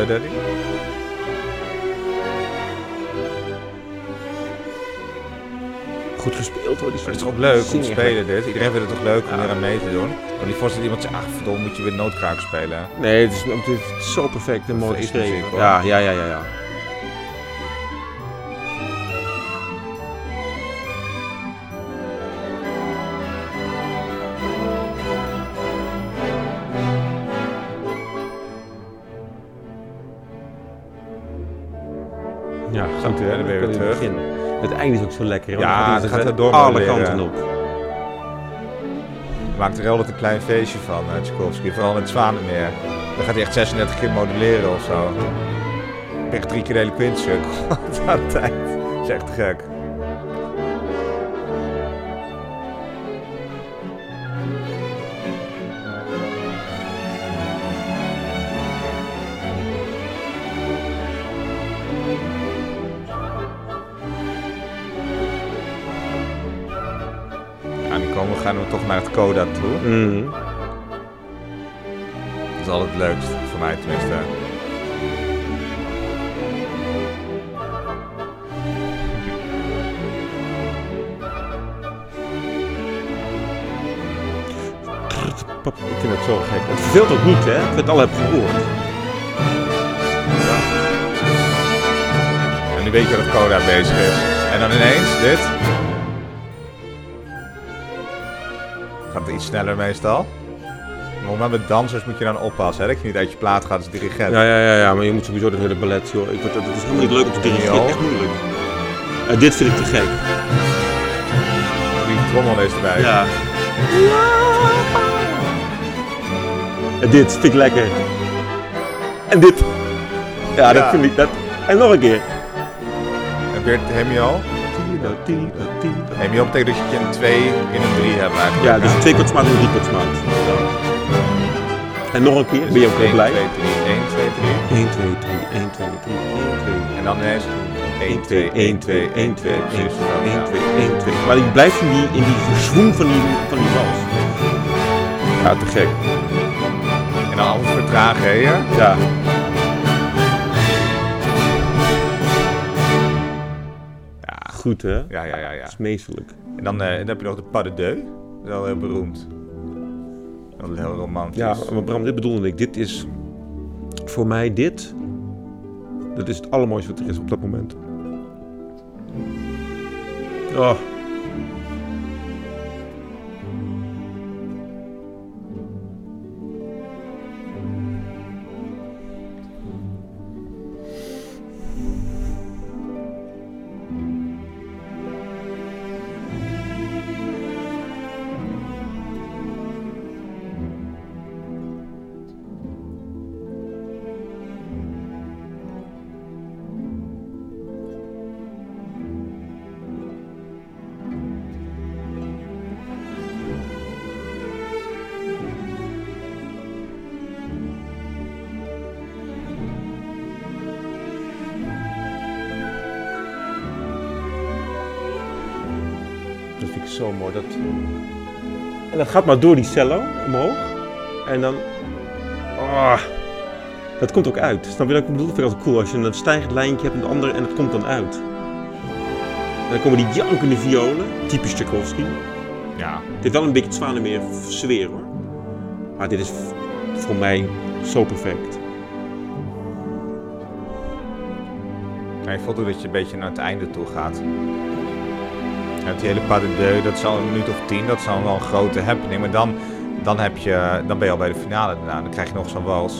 Goed gespeeld hoor. Het is toch ook leuk om te spelen dit? Iedereen vindt het toch leuk om er aan mee te doen? Want niet voorstellen dat iemand zegt, verdomme, moet je weer nootkraak spelen. Nee, het is zo perfect en mooi geschreven. Ja. Ja, goed hè, dan ben je weer terug. Het einde is ook zo lekker. Ja, dan gaat het door alle kanten op. Hij maakt er altijd een klein feestje van, Tchaikovsky. Vooral met Zwanenmeer. Dan gaat hij echt 36 keer moduleren of zo. Echt 3 keer de hele kwintstuk. Aan de tijd. Dat is echt te gek. Gaan we toch naar het coda toe. Dat is altijd het leukst, voor mij tenminste. Ik vind het zo gek. Het verveelt ook niet, hè? Ik het al heb gehoord. Ja. En nu weet je dat coda bezig is. En dan ineens dit. Gaat het iets sneller meestal. Maar met dansers moet je dan oppassen, hè? Dat je niet uit je plaat gaat als dirigent. Ja, maar je moet sowieso dat hele ballet, joh. Het is helemaal niet leuk om te dirigeren, echt moeilijk. Dit vind ik te gek. Die trommel is erbij. Ja. En dit vind ik lekker. En dit. Ja, dat vind ik... En nog een keer. En weer het hemio. Hemio betekent dat je een 2 in een 3 hebt eigenlijk. Ja, dus 2 kortsmaat en 3 kortsmaat. En nog een keer, ben je ook heel blij. 1, 2, 3. 1, 2, 3, 1, 2, 3, 1, 2. En dan ineens 1, 2, 1, 2, 1, 2. Precies. 1, 2, 1, 2. Maar je blijft in die verzwoeng van die vals. Ja, te gek. En dan alles vertragen, hè? Ja. Goed, hè? Ja. Dat is meesterlijk. En dan heb je nog de pas de deux. Dat is wel heel beroemd. Dat is heel romantisch. Ja, maar Bram, dit bedoelde ik. Dit is voor mij dat is het allermooiste wat er is op dat moment. Oh. Dat vind ik zo mooi. En dat gaat maar door die cello omhoog. En dan... Oh, dat komt ook uit. Snap je wat ik bedoel? Dat vind ik altijd cool. Als je een stijgend lijntje hebt en het andere en het komt dan uit. En dan komen die jankende violen. Typisch Tchaikovsky. Ja. Het heeft wel een beetje het Zwanenmeer sfeer hoor. Maar dit is voor mij zo perfect. Maar ik voel ook dat je een beetje naar het einde toe gaat. Ja, die hele pas de deux, dat is al een minuut of 10, dat is al wel een grote happening. Maar dan ben je al bij de finale daarna. Dan krijg je nog zo'n wals.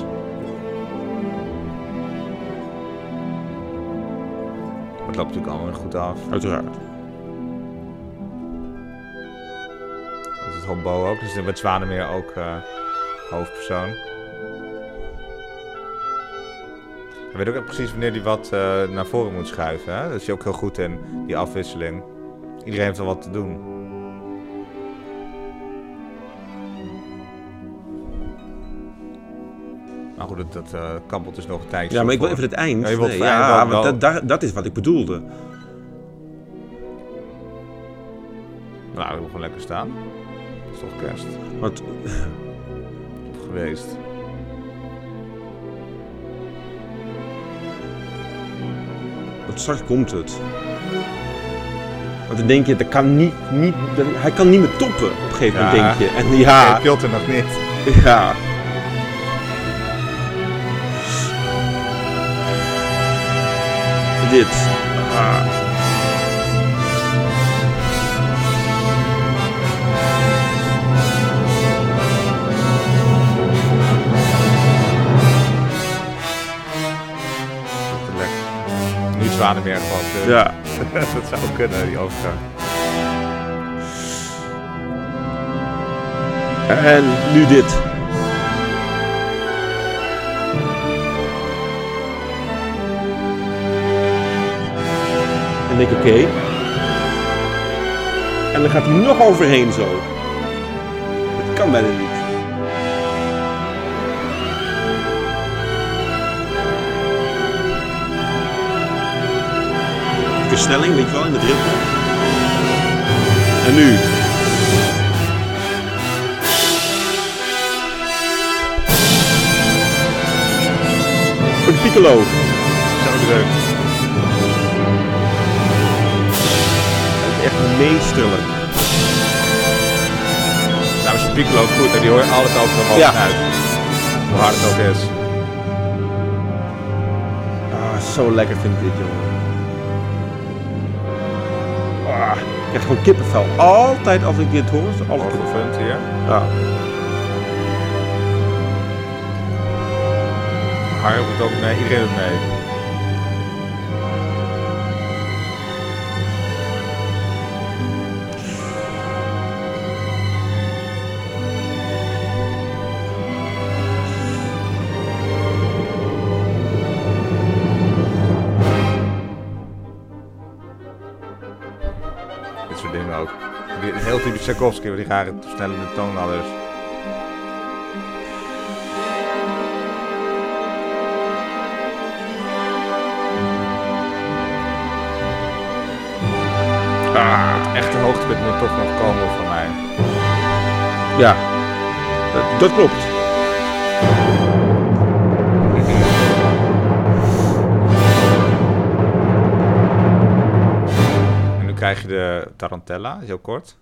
Maar het loopt natuurlijk allemaal weer goed af. Uiteraard. Dat is het Hombo ook. Dus met Zwanemeer ook hoofdpersoon. Hij weet ook echt precies wanneer hij wat naar voren moet schuiven. Hè? Dat is hij ook heel goed in, die afwisseling. Iedereen heeft al wat te doen. Maar goed, dat kabbelt dus nog een tijdje. Ja, maar ik wil even het eind. Ja, je wilt Nee, het eind wel. want dat is wat ik bedoelde. Nou, we hebben gewoon lekker staan. Het is toch kerst. Wat... Of geweest. Want straks komt het. Want dan denk je, dat kan niet, hij kan niet meer toppen op een gegeven moment, denk je. En ja... Nee, Piotr nog niet. Ja. Dit. Nu Zwanemeer gewoon. Ja. Dat zou kunnen, die overgang. En nu dit. En denk ik, oké. En dan gaat hij nog overheen zo. Dat kan bijna niet. Versnelling, weet je wel, in de dribbel. En nu. Voor de Piccolo. Zo druk. Echt meesterlijk. Nou is de Piccolo goed en die hoor je altijd overal Ja. uit. Hoe hard het ook is. Ah, zo lekker vind ik dit, jongen. Ah, ik krijg gewoon kippenvel. Altijd als ik dit hoor, is alles kippenvel. Punt hier. Ja. Harry doet het ook mee, iedereen doet mee. Dit soort dingen ook. Heel typisch Tchaikovsky, met die rare versnellende toonladders. Echte hoogtepunt moet toch nog komen voor mij. Ja, dat klopt. En nu krijg je de Tarantella, is heel kort.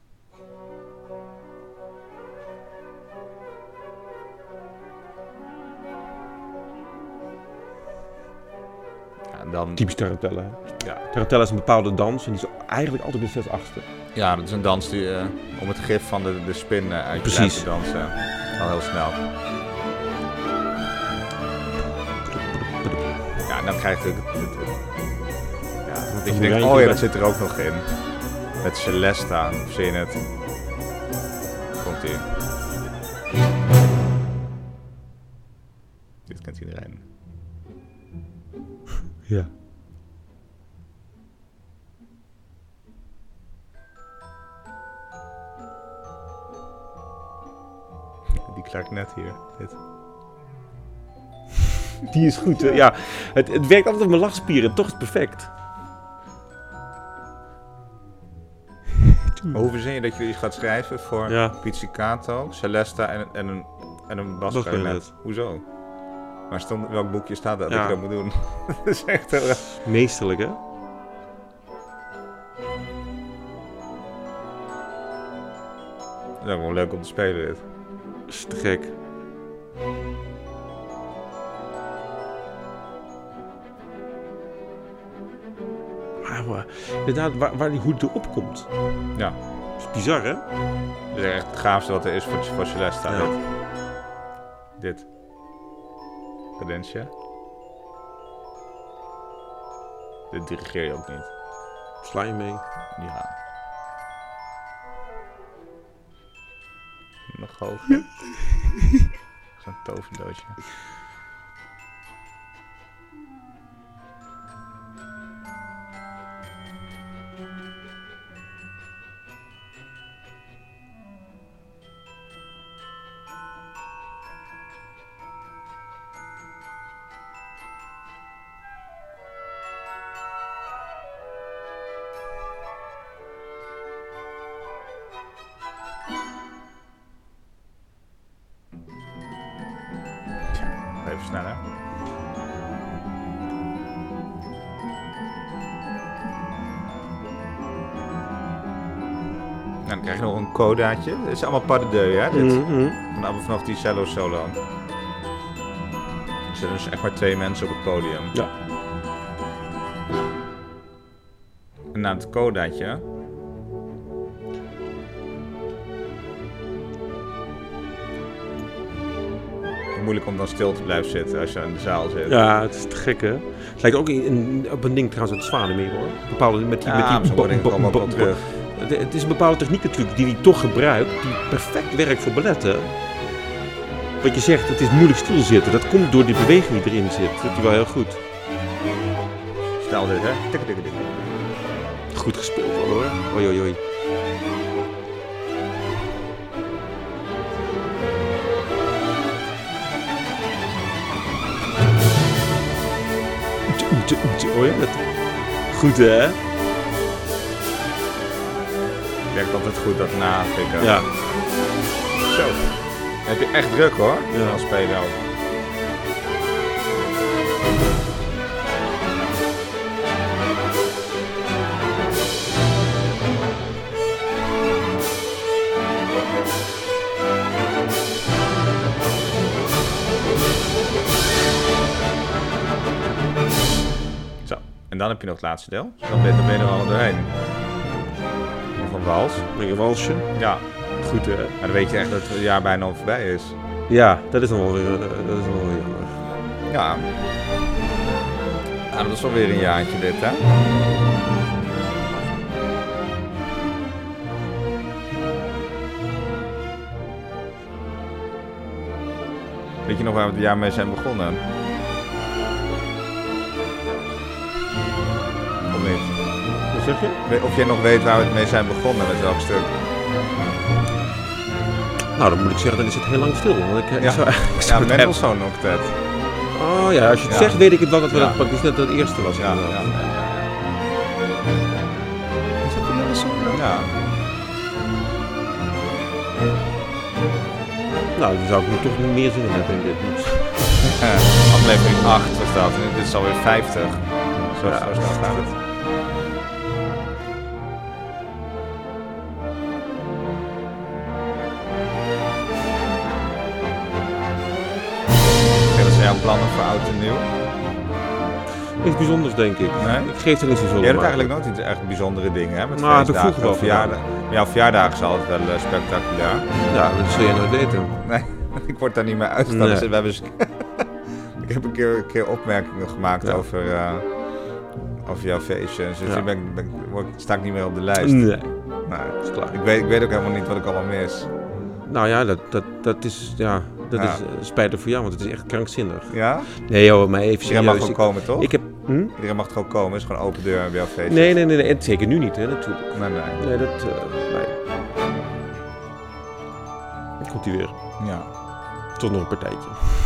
Ja, en dan... Typisch Tarantella. Ja. Tarantella is een bepaalde dans en die is eigenlijk altijd de 6/8. Ja, dat is een dans die om het gif van de spin uit je Precies. lijf te dansen. Al heel snel. Ja, en dan krijg je dat je denkt, oh ja, dat zit er ook nog in. Met Celesta, of zie je het? Komt ie. Dit kent iedereen. Ja. Die klarinet hier. Dit. Die is goed, hè? Ja. Het werkt altijd op mijn lachspieren, toch is het perfect. Maar hoe verzin je dat je iets gaat schrijven voor Ja. Pizzicato, Celesta en een basklarinet? Hoezo? Maar welk boekje staat dat Ja. ik dat moet doen? Dat is echt heel... Meesterlijk, hè? Dat is ook wel leuk om te spelen dit. Dat is te gek. maar inderdaad, waar die hoed erop komt. Ja. Dat is bizar, hè? Dat is echt het gaafste wat er is voor Celeste. Ja. Dit. Cadentia. Dit dirigeer je ook niet. Sla je mee? Ja. Nog hoger. Zo'n toverdoosje. Even sneller. Nou, dan krijg je nog een codaatje. Dit is allemaal pas de deux, hè? Dit. Vanaf die cello solo. Er zitten dus echt maar 2 mensen op het podium. Ja. En na het codaatje... moeilijk om dan stil te blijven zitten als je in de zaal zit. Ja, het is te gek, hè? Het lijkt ook op een ding trouwens uit Zwanemeer, hoor. Bepaalde met die komen ook wel terug. Het is een bepaalde techniek natuurlijk die hij toch gebruikt, die perfect werkt voor balletten. Wat je zegt, het is moeilijk stilzitten. Dat komt door die beweging die erin zit. Dat doet hij wel heel goed. Stel dit, hè? Tik, tik, tik. Goed gespeeld, hoor. Oei, oei, oei. Oh ja, goed, hè? Werkt altijd goed, dat nafikken. Ja. Zo. Dan heb je echt druk, hoor. Ja. Als speler ook. En dan heb je nog het laatste deel. Dus dan ben je er al doorheen. Nog een wals. Een walsje. Ja. Goed, hè? Maar dan weet je echt dat het jaar bijna al voorbij is. Ja, dat is dan wel weer jammer. Ja. Nou, dat is wel weer een jaartje dit, hè? Weet je nog waar we het jaar mee zijn begonnen? Wat zeg je? Of jij nog weet waar we het mee zijn begonnen, met welk stuk? Nou, dan moet ik zeggen, dan is het heel lang stil. Want ja, Mendelssohn Octet. Oh ja, als je het zegt, weet ik het wel dat we dat pakken. Dus dat het eerste was. Ja. Is dat de Mendelssohn? Ja. Nou, dan zou ik nu toch niet meer zin in hebben in dit. Aflevering 8 was dat. En dit is alweer 50. Zo snel gaat het. Wat zijn jouw plannen voor oud en nieuw? Niks bijzonders, denk ik. Nee? Ik geef er niet zoveel. Jij doet eigenlijk nooit iets echt bijzondere dingen, hè? Met nou, feestdagen. dat vroeger wel. Maar jouw verjaardag is altijd wel spectaculair. Ja, dat zul je nooit weten. Nee, ik word daar niet meer uitgestaan. Nee. Dus we hebben ik heb een keer opmerkingen gemaakt over jouw feestje. Dus sta ik niet meer op de lijst. Nee. Nou, Dat is klaar. ik weet ook helemaal niet wat ik allemaal mis. Nou ja, dat is... Ja. Dat is spijtig voor jou, want het is echt krankzinnig. Ja? Nee joh, maar even serieus. Iedereen mag gewoon komen, toch? Iedereen mag gewoon komen, het is gewoon open deur bij jouw feestje. Nee. En zeker nu niet, hè, natuurlijk. Nee. Nee, dat... nee. Dan komt hij weer. Ja. Tot nog een partijtje.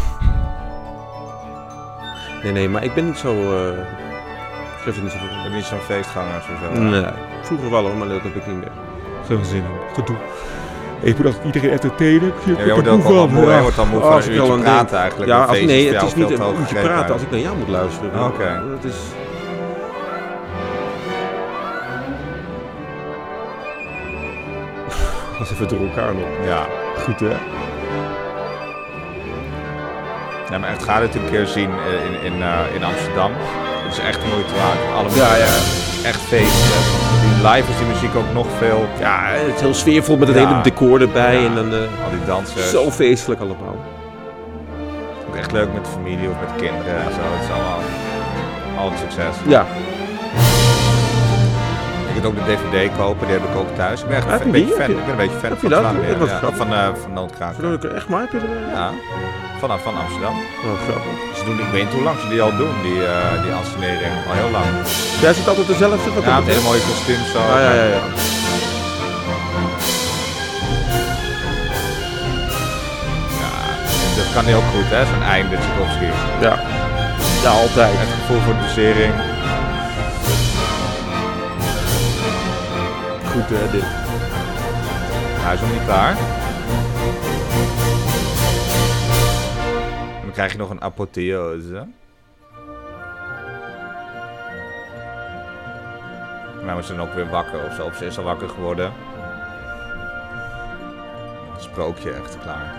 Nee, maar ik ben niet zo... ik geef er niet zoveel. Ik ben niet zo'n feestganger of zo. Nee. Vroeger wel hoor, maar dat heb ik niet meer. Geen zin in. Gedoe. Ik moet altijd iedereen entertainen. Jij wordt ook al moe, jij wordt al moe van een uurtje praten eigenlijk. Ja, nee, het is niet een uurtje praten als ik naar jou moet luisteren. Oké. Dat is... Dat is even door elkaar nog. Ja. Goed hè? Ja, maar echt ga dit een keer zien in Amsterdam. Het is echt een moeite waard. Alle ja. echt feestelijk. Live is die muziek ook nog veel... Ja, het is heel sfeervol met het hele decor erbij. En dan, al die dansers. Zo feestelijk allemaal. Ook echt leuk met de familie of met kinderen en zo. Het is allemaal een succes. Ja. Je kunt ook de DVD kopen, die heb ik ook thuis. Ik ben echt een beetje fan. Ik ben een beetje fan van Zwanemeer. Van Noodkraker. Echt maar? Heb je er? Ja. Van Amsterdam. Oh, grappig. Ze doen, ik weet niet hoe lang ze die al doen, die ansenering. Al heel lang. Jij zit altijd dezelfde? Ja, met hele mooie kostuums zo. Ja. Ja, dat kan hij ook goed, hè? Zo'n einde, Tchaikovsky. Ja, altijd. Het gevoel voor dosering. Goed, dit. Hij is nog niet klaar. Dan krijg je nog een apotheose. Nou is ze dan ook weer wakker of zo. Of ze is al wakker geworden. Sprookje echt klaar.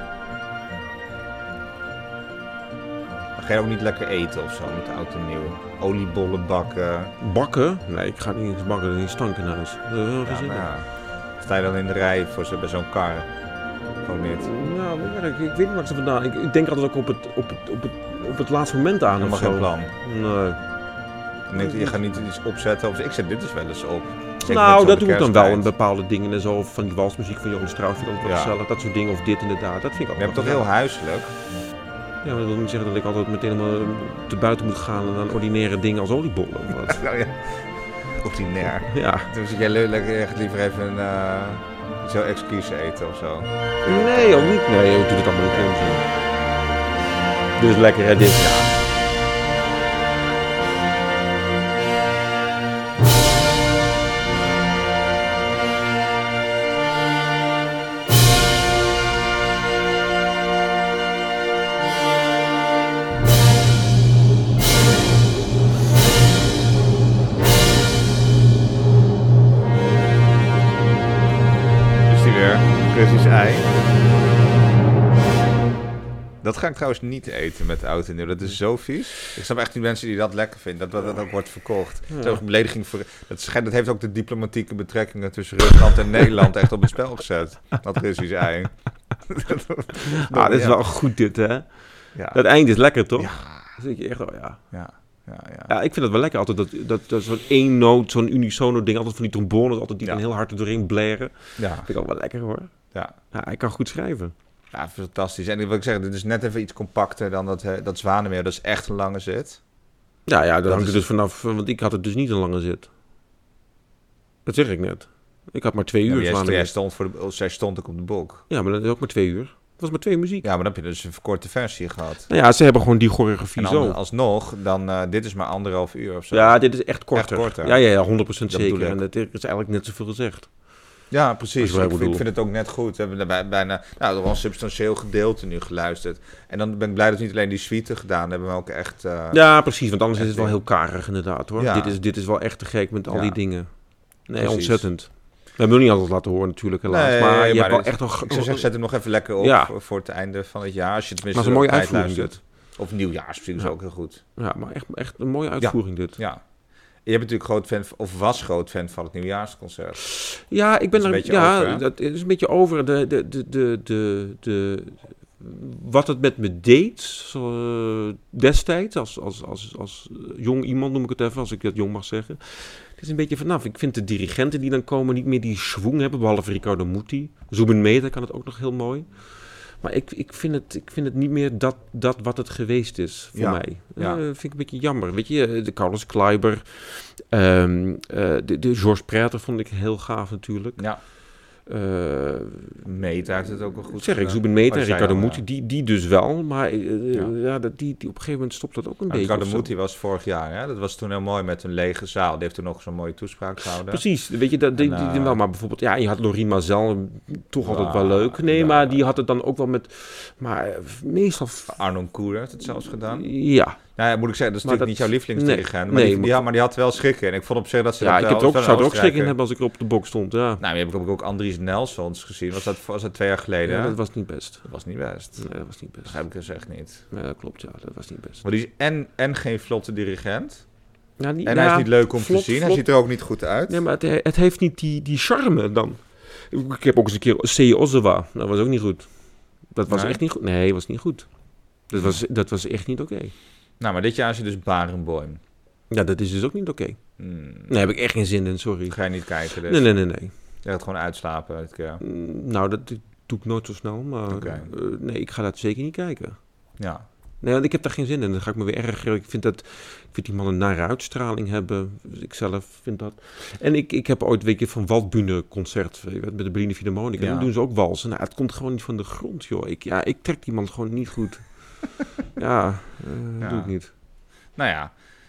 Dan ga je ook niet lekker eten of zo met oud en nieuw. Oliebollen bakken. Bakken? Nee, ik ga niet eens bakken. Die stank in huis. Sta je dan in de rij bij zo'n kar? Gewoon niet. Nou, ik weet niet waar ze vandaan. Ik denk altijd ook op het laatste moment aan. Helemaal geen plan. Nee. Je gaat niet iets opzetten. Of ik zet dit dus wel eens op. Nou, dat doe ik dan wel in bepaalde dingen en zo. Van die walsmuziek van Johan Strauss vind ik ook wel gezellig. Dat soort dingen. Of dit inderdaad. Dat vind ik ook wel. Je hebt toch heel huiselijk? Ja, maar dat wil niet zeggen dat ik altijd meteen helemaal te buiten moet gaan en aan ordinaire dingen als oliebollen of wat. Nou ja, ordinair. Ja. Dus jij gaat liever even zo excuus eten of zo? Nee, ook niet. Nee, ik doe het allemaal niet helemaal. Dit is lekker, hè, dit. Ja. Russisch ei. Dat ga ik trouwens niet eten met oud en nieuw. Dat is zo vies. Ik snap echt die mensen die dat lekker vinden. Dat ook wordt verkocht. Ja. Dat is ook een belediging voor... Dat heeft ook de diplomatieke betrekkingen tussen Rusland en Nederland echt op het spel gezet. Dat Russisch ei. Dit is wel goed dit, hè? Ja. Dat eind is lekker, toch? Ja. Dat zit je echt wel, Ja, ik vind het wel lekker altijd dat zo'n één noot, zo'n unisono ding, altijd van die trombones, altijd die dan heel hard er doorheen blaren. Ja. Vind ik ook wel lekker, hoor. Ja, hij kan goed schrijven. Ja, fantastisch. En ik wil zeggen, dit is net even iets compacter dan dat Zwanemeer. Dat is echt een lange zit. Ja, daar hangt het dus vanaf, want ik had het dus niet een lange zit. Dat zeg ik net. Ik had maar 2 uur Zwanemeer. Zij stond ook op de bok. Ja, maar dat is ook maar 2 uur. Het was maar 2 muziek. Ja, maar dan heb je dus een verkorte versie gehad. Nou ja, ze hebben gewoon die choreografie zo. Alsnog, dit is maar 1,5 uur of zo. Ja, dit is echt korter. Echt korter. Ja, 100% zeker. En het is eigenlijk net zoveel gezegd. Ja, precies. Ik vind het ook net goed. We hebben bijna wel een substantieel gedeelte nu geluisterd. En dan ben ik blij dat we niet alleen die suite gedaan hebben, maar ook echt... ja, precies. Want anders is het wel heel karig inderdaad, hoor. Ja. Dit is wel echt te gek met al die dingen. Nee, precies. Ontzettend. We hebben nog niet alles laten horen natuurlijk, helaas. Nee, maar je hebt wel echt nog... Ik zou zeggen, zet hem nog even lekker op voor het einde van het jaar. Als je tenminste maar een mooie uitvoering luistert. Of nieuwjaarsmuziek is ook heel goed. Ja, maar echt een mooie uitvoering dit. Ja. Je bent natuurlijk groot fan, of was groot fan van het nieuwjaarsconcert. Ja, ik ben er... over, dat is een beetje over. Wat het met me deed destijds, als jong iemand noem ik het even, als ik dat jong mag zeggen. Het is een beetje vanaf. Ik vind de dirigenten die dan komen niet meer die schwung hebben, behalve Riccardo Muti. Zubin Mehta kan het ook nog heel mooi. Maar ik vind het niet meer dat wat het geweest is voor mij. Ja. Vind ik een beetje jammer. Weet je, de Carlos Kleiber, de Georges Prater vond ik heel gaaf natuurlijk. Ja. Mehta heeft het ook wel goed zeg ik, Zubin Mehta en Riccardo Muti, die dus wel. Maar die op een gegeven moment stopt dat ook een beetje. Riccardo Muti was vorig jaar, hè? Dat was toen heel mooi met een lege zaal. Die heeft toen nog zo'n mooie toespraak gehouden. Precies, weet je, die wel. Maar bijvoorbeeld, je had Lorien Mazel, toch altijd wel leuk. Nee, maar die had het dan ook wel met... Maar meestal... Arnon Koer heeft het zelfs gedaan. Ja. Nou ja, moet ik zeggen, dat is natuurlijk niet jouw lievelingsdirigent. Maar die had wel schik in. Ik vond op zich dat ze... Ja, ik zou er ook schik in hebben als ik op de bok stond, ja. Nou, heb ik ook Andries Nelsons gezien. Was dat 2 jaar geleden? Ja, dat was niet best. Dat was niet best. Nee, dat was niet best. Dat heb ik dus echt niet. Ja, dat klopt, ja. Dat was niet best. Maar die is en geen vlotte dirigent. hij is niet leuk om te zien. Hij ziet er ook niet goed uit. Nee, maar het heeft niet die charme dan. Ik heb ook eens een keer Sei Ozawa. Dat was ook niet goed. Dat was echt niet goed. Nee, was niet goed. Dat was echt niet oké. Nou, maar dit jaar is je dus Barenboim. Ja, dat is dus ook niet oké. Daar heb ik echt geen zin in, sorry. Ga je niet kijken dus? Nee. Je gaat gewoon uitslapen dit keer. Nou, dat doe ik nooit zo snel. Maar nee, ik ga dat zeker niet kijken. Ja. Nee, want ik heb daar geen zin in. Dan ga ik me weer ergeren. Ik vind die mannen een nare uitstraling hebben. Ik zelf vind dat. En ik heb ooit een keer van Waldbühne concert met de Berliner Philharmonic. En dan doen ze ook walsen. Nou, het komt gewoon niet van de grond, joh. Ik trek die man gewoon niet goed. doe ik niet. Nou ja,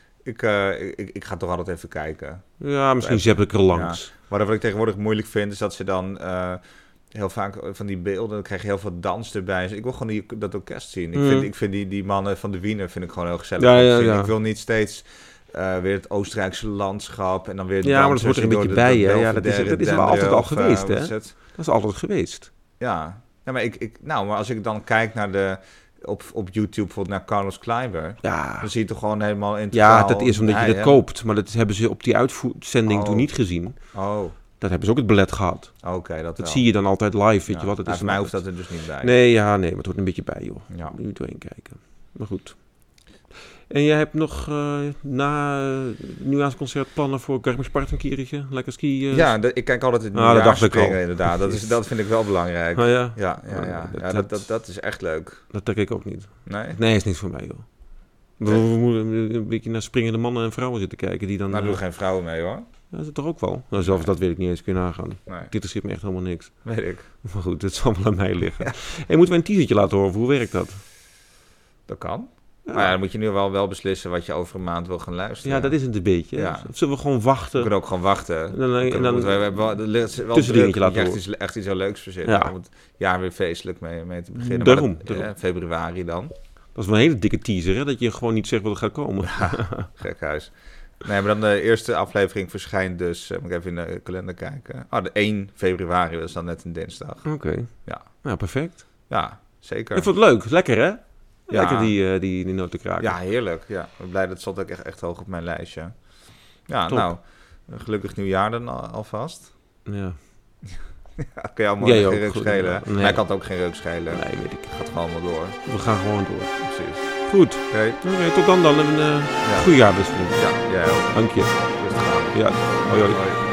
ik ga toch altijd even kijken. Ja, misschien zap ik er langs. Ja. Wat ik tegenwoordig moeilijk vind, is dat ze dan... heel vaak van die beelden, dan krijg je heel veel dans erbij. Dus ik wil gewoon dat orkest zien. Ik vind die mannen van de Wiener vind ik gewoon heel gezellig. Ja. Ik wil niet steeds weer het Oostenrijkse landschap en dan weer... Ja, maar dat hoort er een beetje bij, hè? Ja, dat is wel altijd al geweest, hè? Dat is altijd geweest. Ja, maar als ik dan kijk naar op YouTube bijvoorbeeld naar Carlos Kleiber, dan zie je toch gewoon helemaal integraal... Ja, dat is omdat je dat koopt, maar dat hebben ze op die uitzending toen niet gezien. Dat hebben ze ook het ballet gehad. Oké, dat zie je dan altijd live, weet je wat? Voor mij hoeft dat er dus niet bij. Nee, maar het hoort een beetje bij, joh. Ja. Moet je doorheen kijken. Maar goed. En jij hebt nog na nieuwjaarsconcert plannen voor Garmisch-Partenkirchen? Lekker ski? Ja, ik kijk altijd het nieuwjaarsspringen, inderdaad. Dat vind ik wel belangrijk. Oh ja? Ja, dat is echt leuk. Dat trek ik ook niet. Nee? Nee, is niet voor mij, joh. We moeten een beetje naar springende mannen en vrouwen zitten kijken die dan... Maar doen geen vrouwen mee, hoor. Ja, dat is toch ook wel? Nou, zelfs dat weet ik niet eens, kun je nagaan. Nee. Dit interesseert me echt helemaal niks. Weet ik. Maar goed, het zal wel aan mij liggen. Hey, moeten we een teasertje laten horen? Hoe werkt dat? Dat kan. Ja. Maar dan moet je nu wel beslissen wat je over een maand wil gaan luisteren. Ja, dat is het een beetje. Ja. Of zullen we gewoon wachten? We kunnen ook gewoon wachten. En dan we hebben wel tussendingetje laten horen. Echt iets heel leuks verzinnen. Om het jaar weer feestelijk mee te beginnen. Daarom. Februari dan. Dat is wel een hele dikke teaser, hè? Dat je gewoon niet zegt wat er gaat komen. Ja, gekhuis. Nee, maar dan de eerste aflevering verschijnt dus... moet ik even in de kalender kijken. De 1 februari, dat is dan net een dinsdag. Oké. Ja. Nou, perfect. Ja, zeker. Ik vond het leuk. Lekker, hè? Ja. Lekker die noten kraken. Ja, heerlijk. Ja, ik ben blij, dat stond ook echt hoog op mijn lijstje. Ja, top. Nou, gelukkig nieuwjaar dan alvast. Ja. Kan je allemaal geen reuk schelen. Nee. Mij kan het ook geen reuk schelen. Nee, weet ik. Het gaat gewoon wel door. We gaan gewoon door. Precies. Goed. Oké, tot dan. Een goede jaarwisseling. Ja, jij ook. Dank je. Rustig aan. Ja. Hoi. Hoi.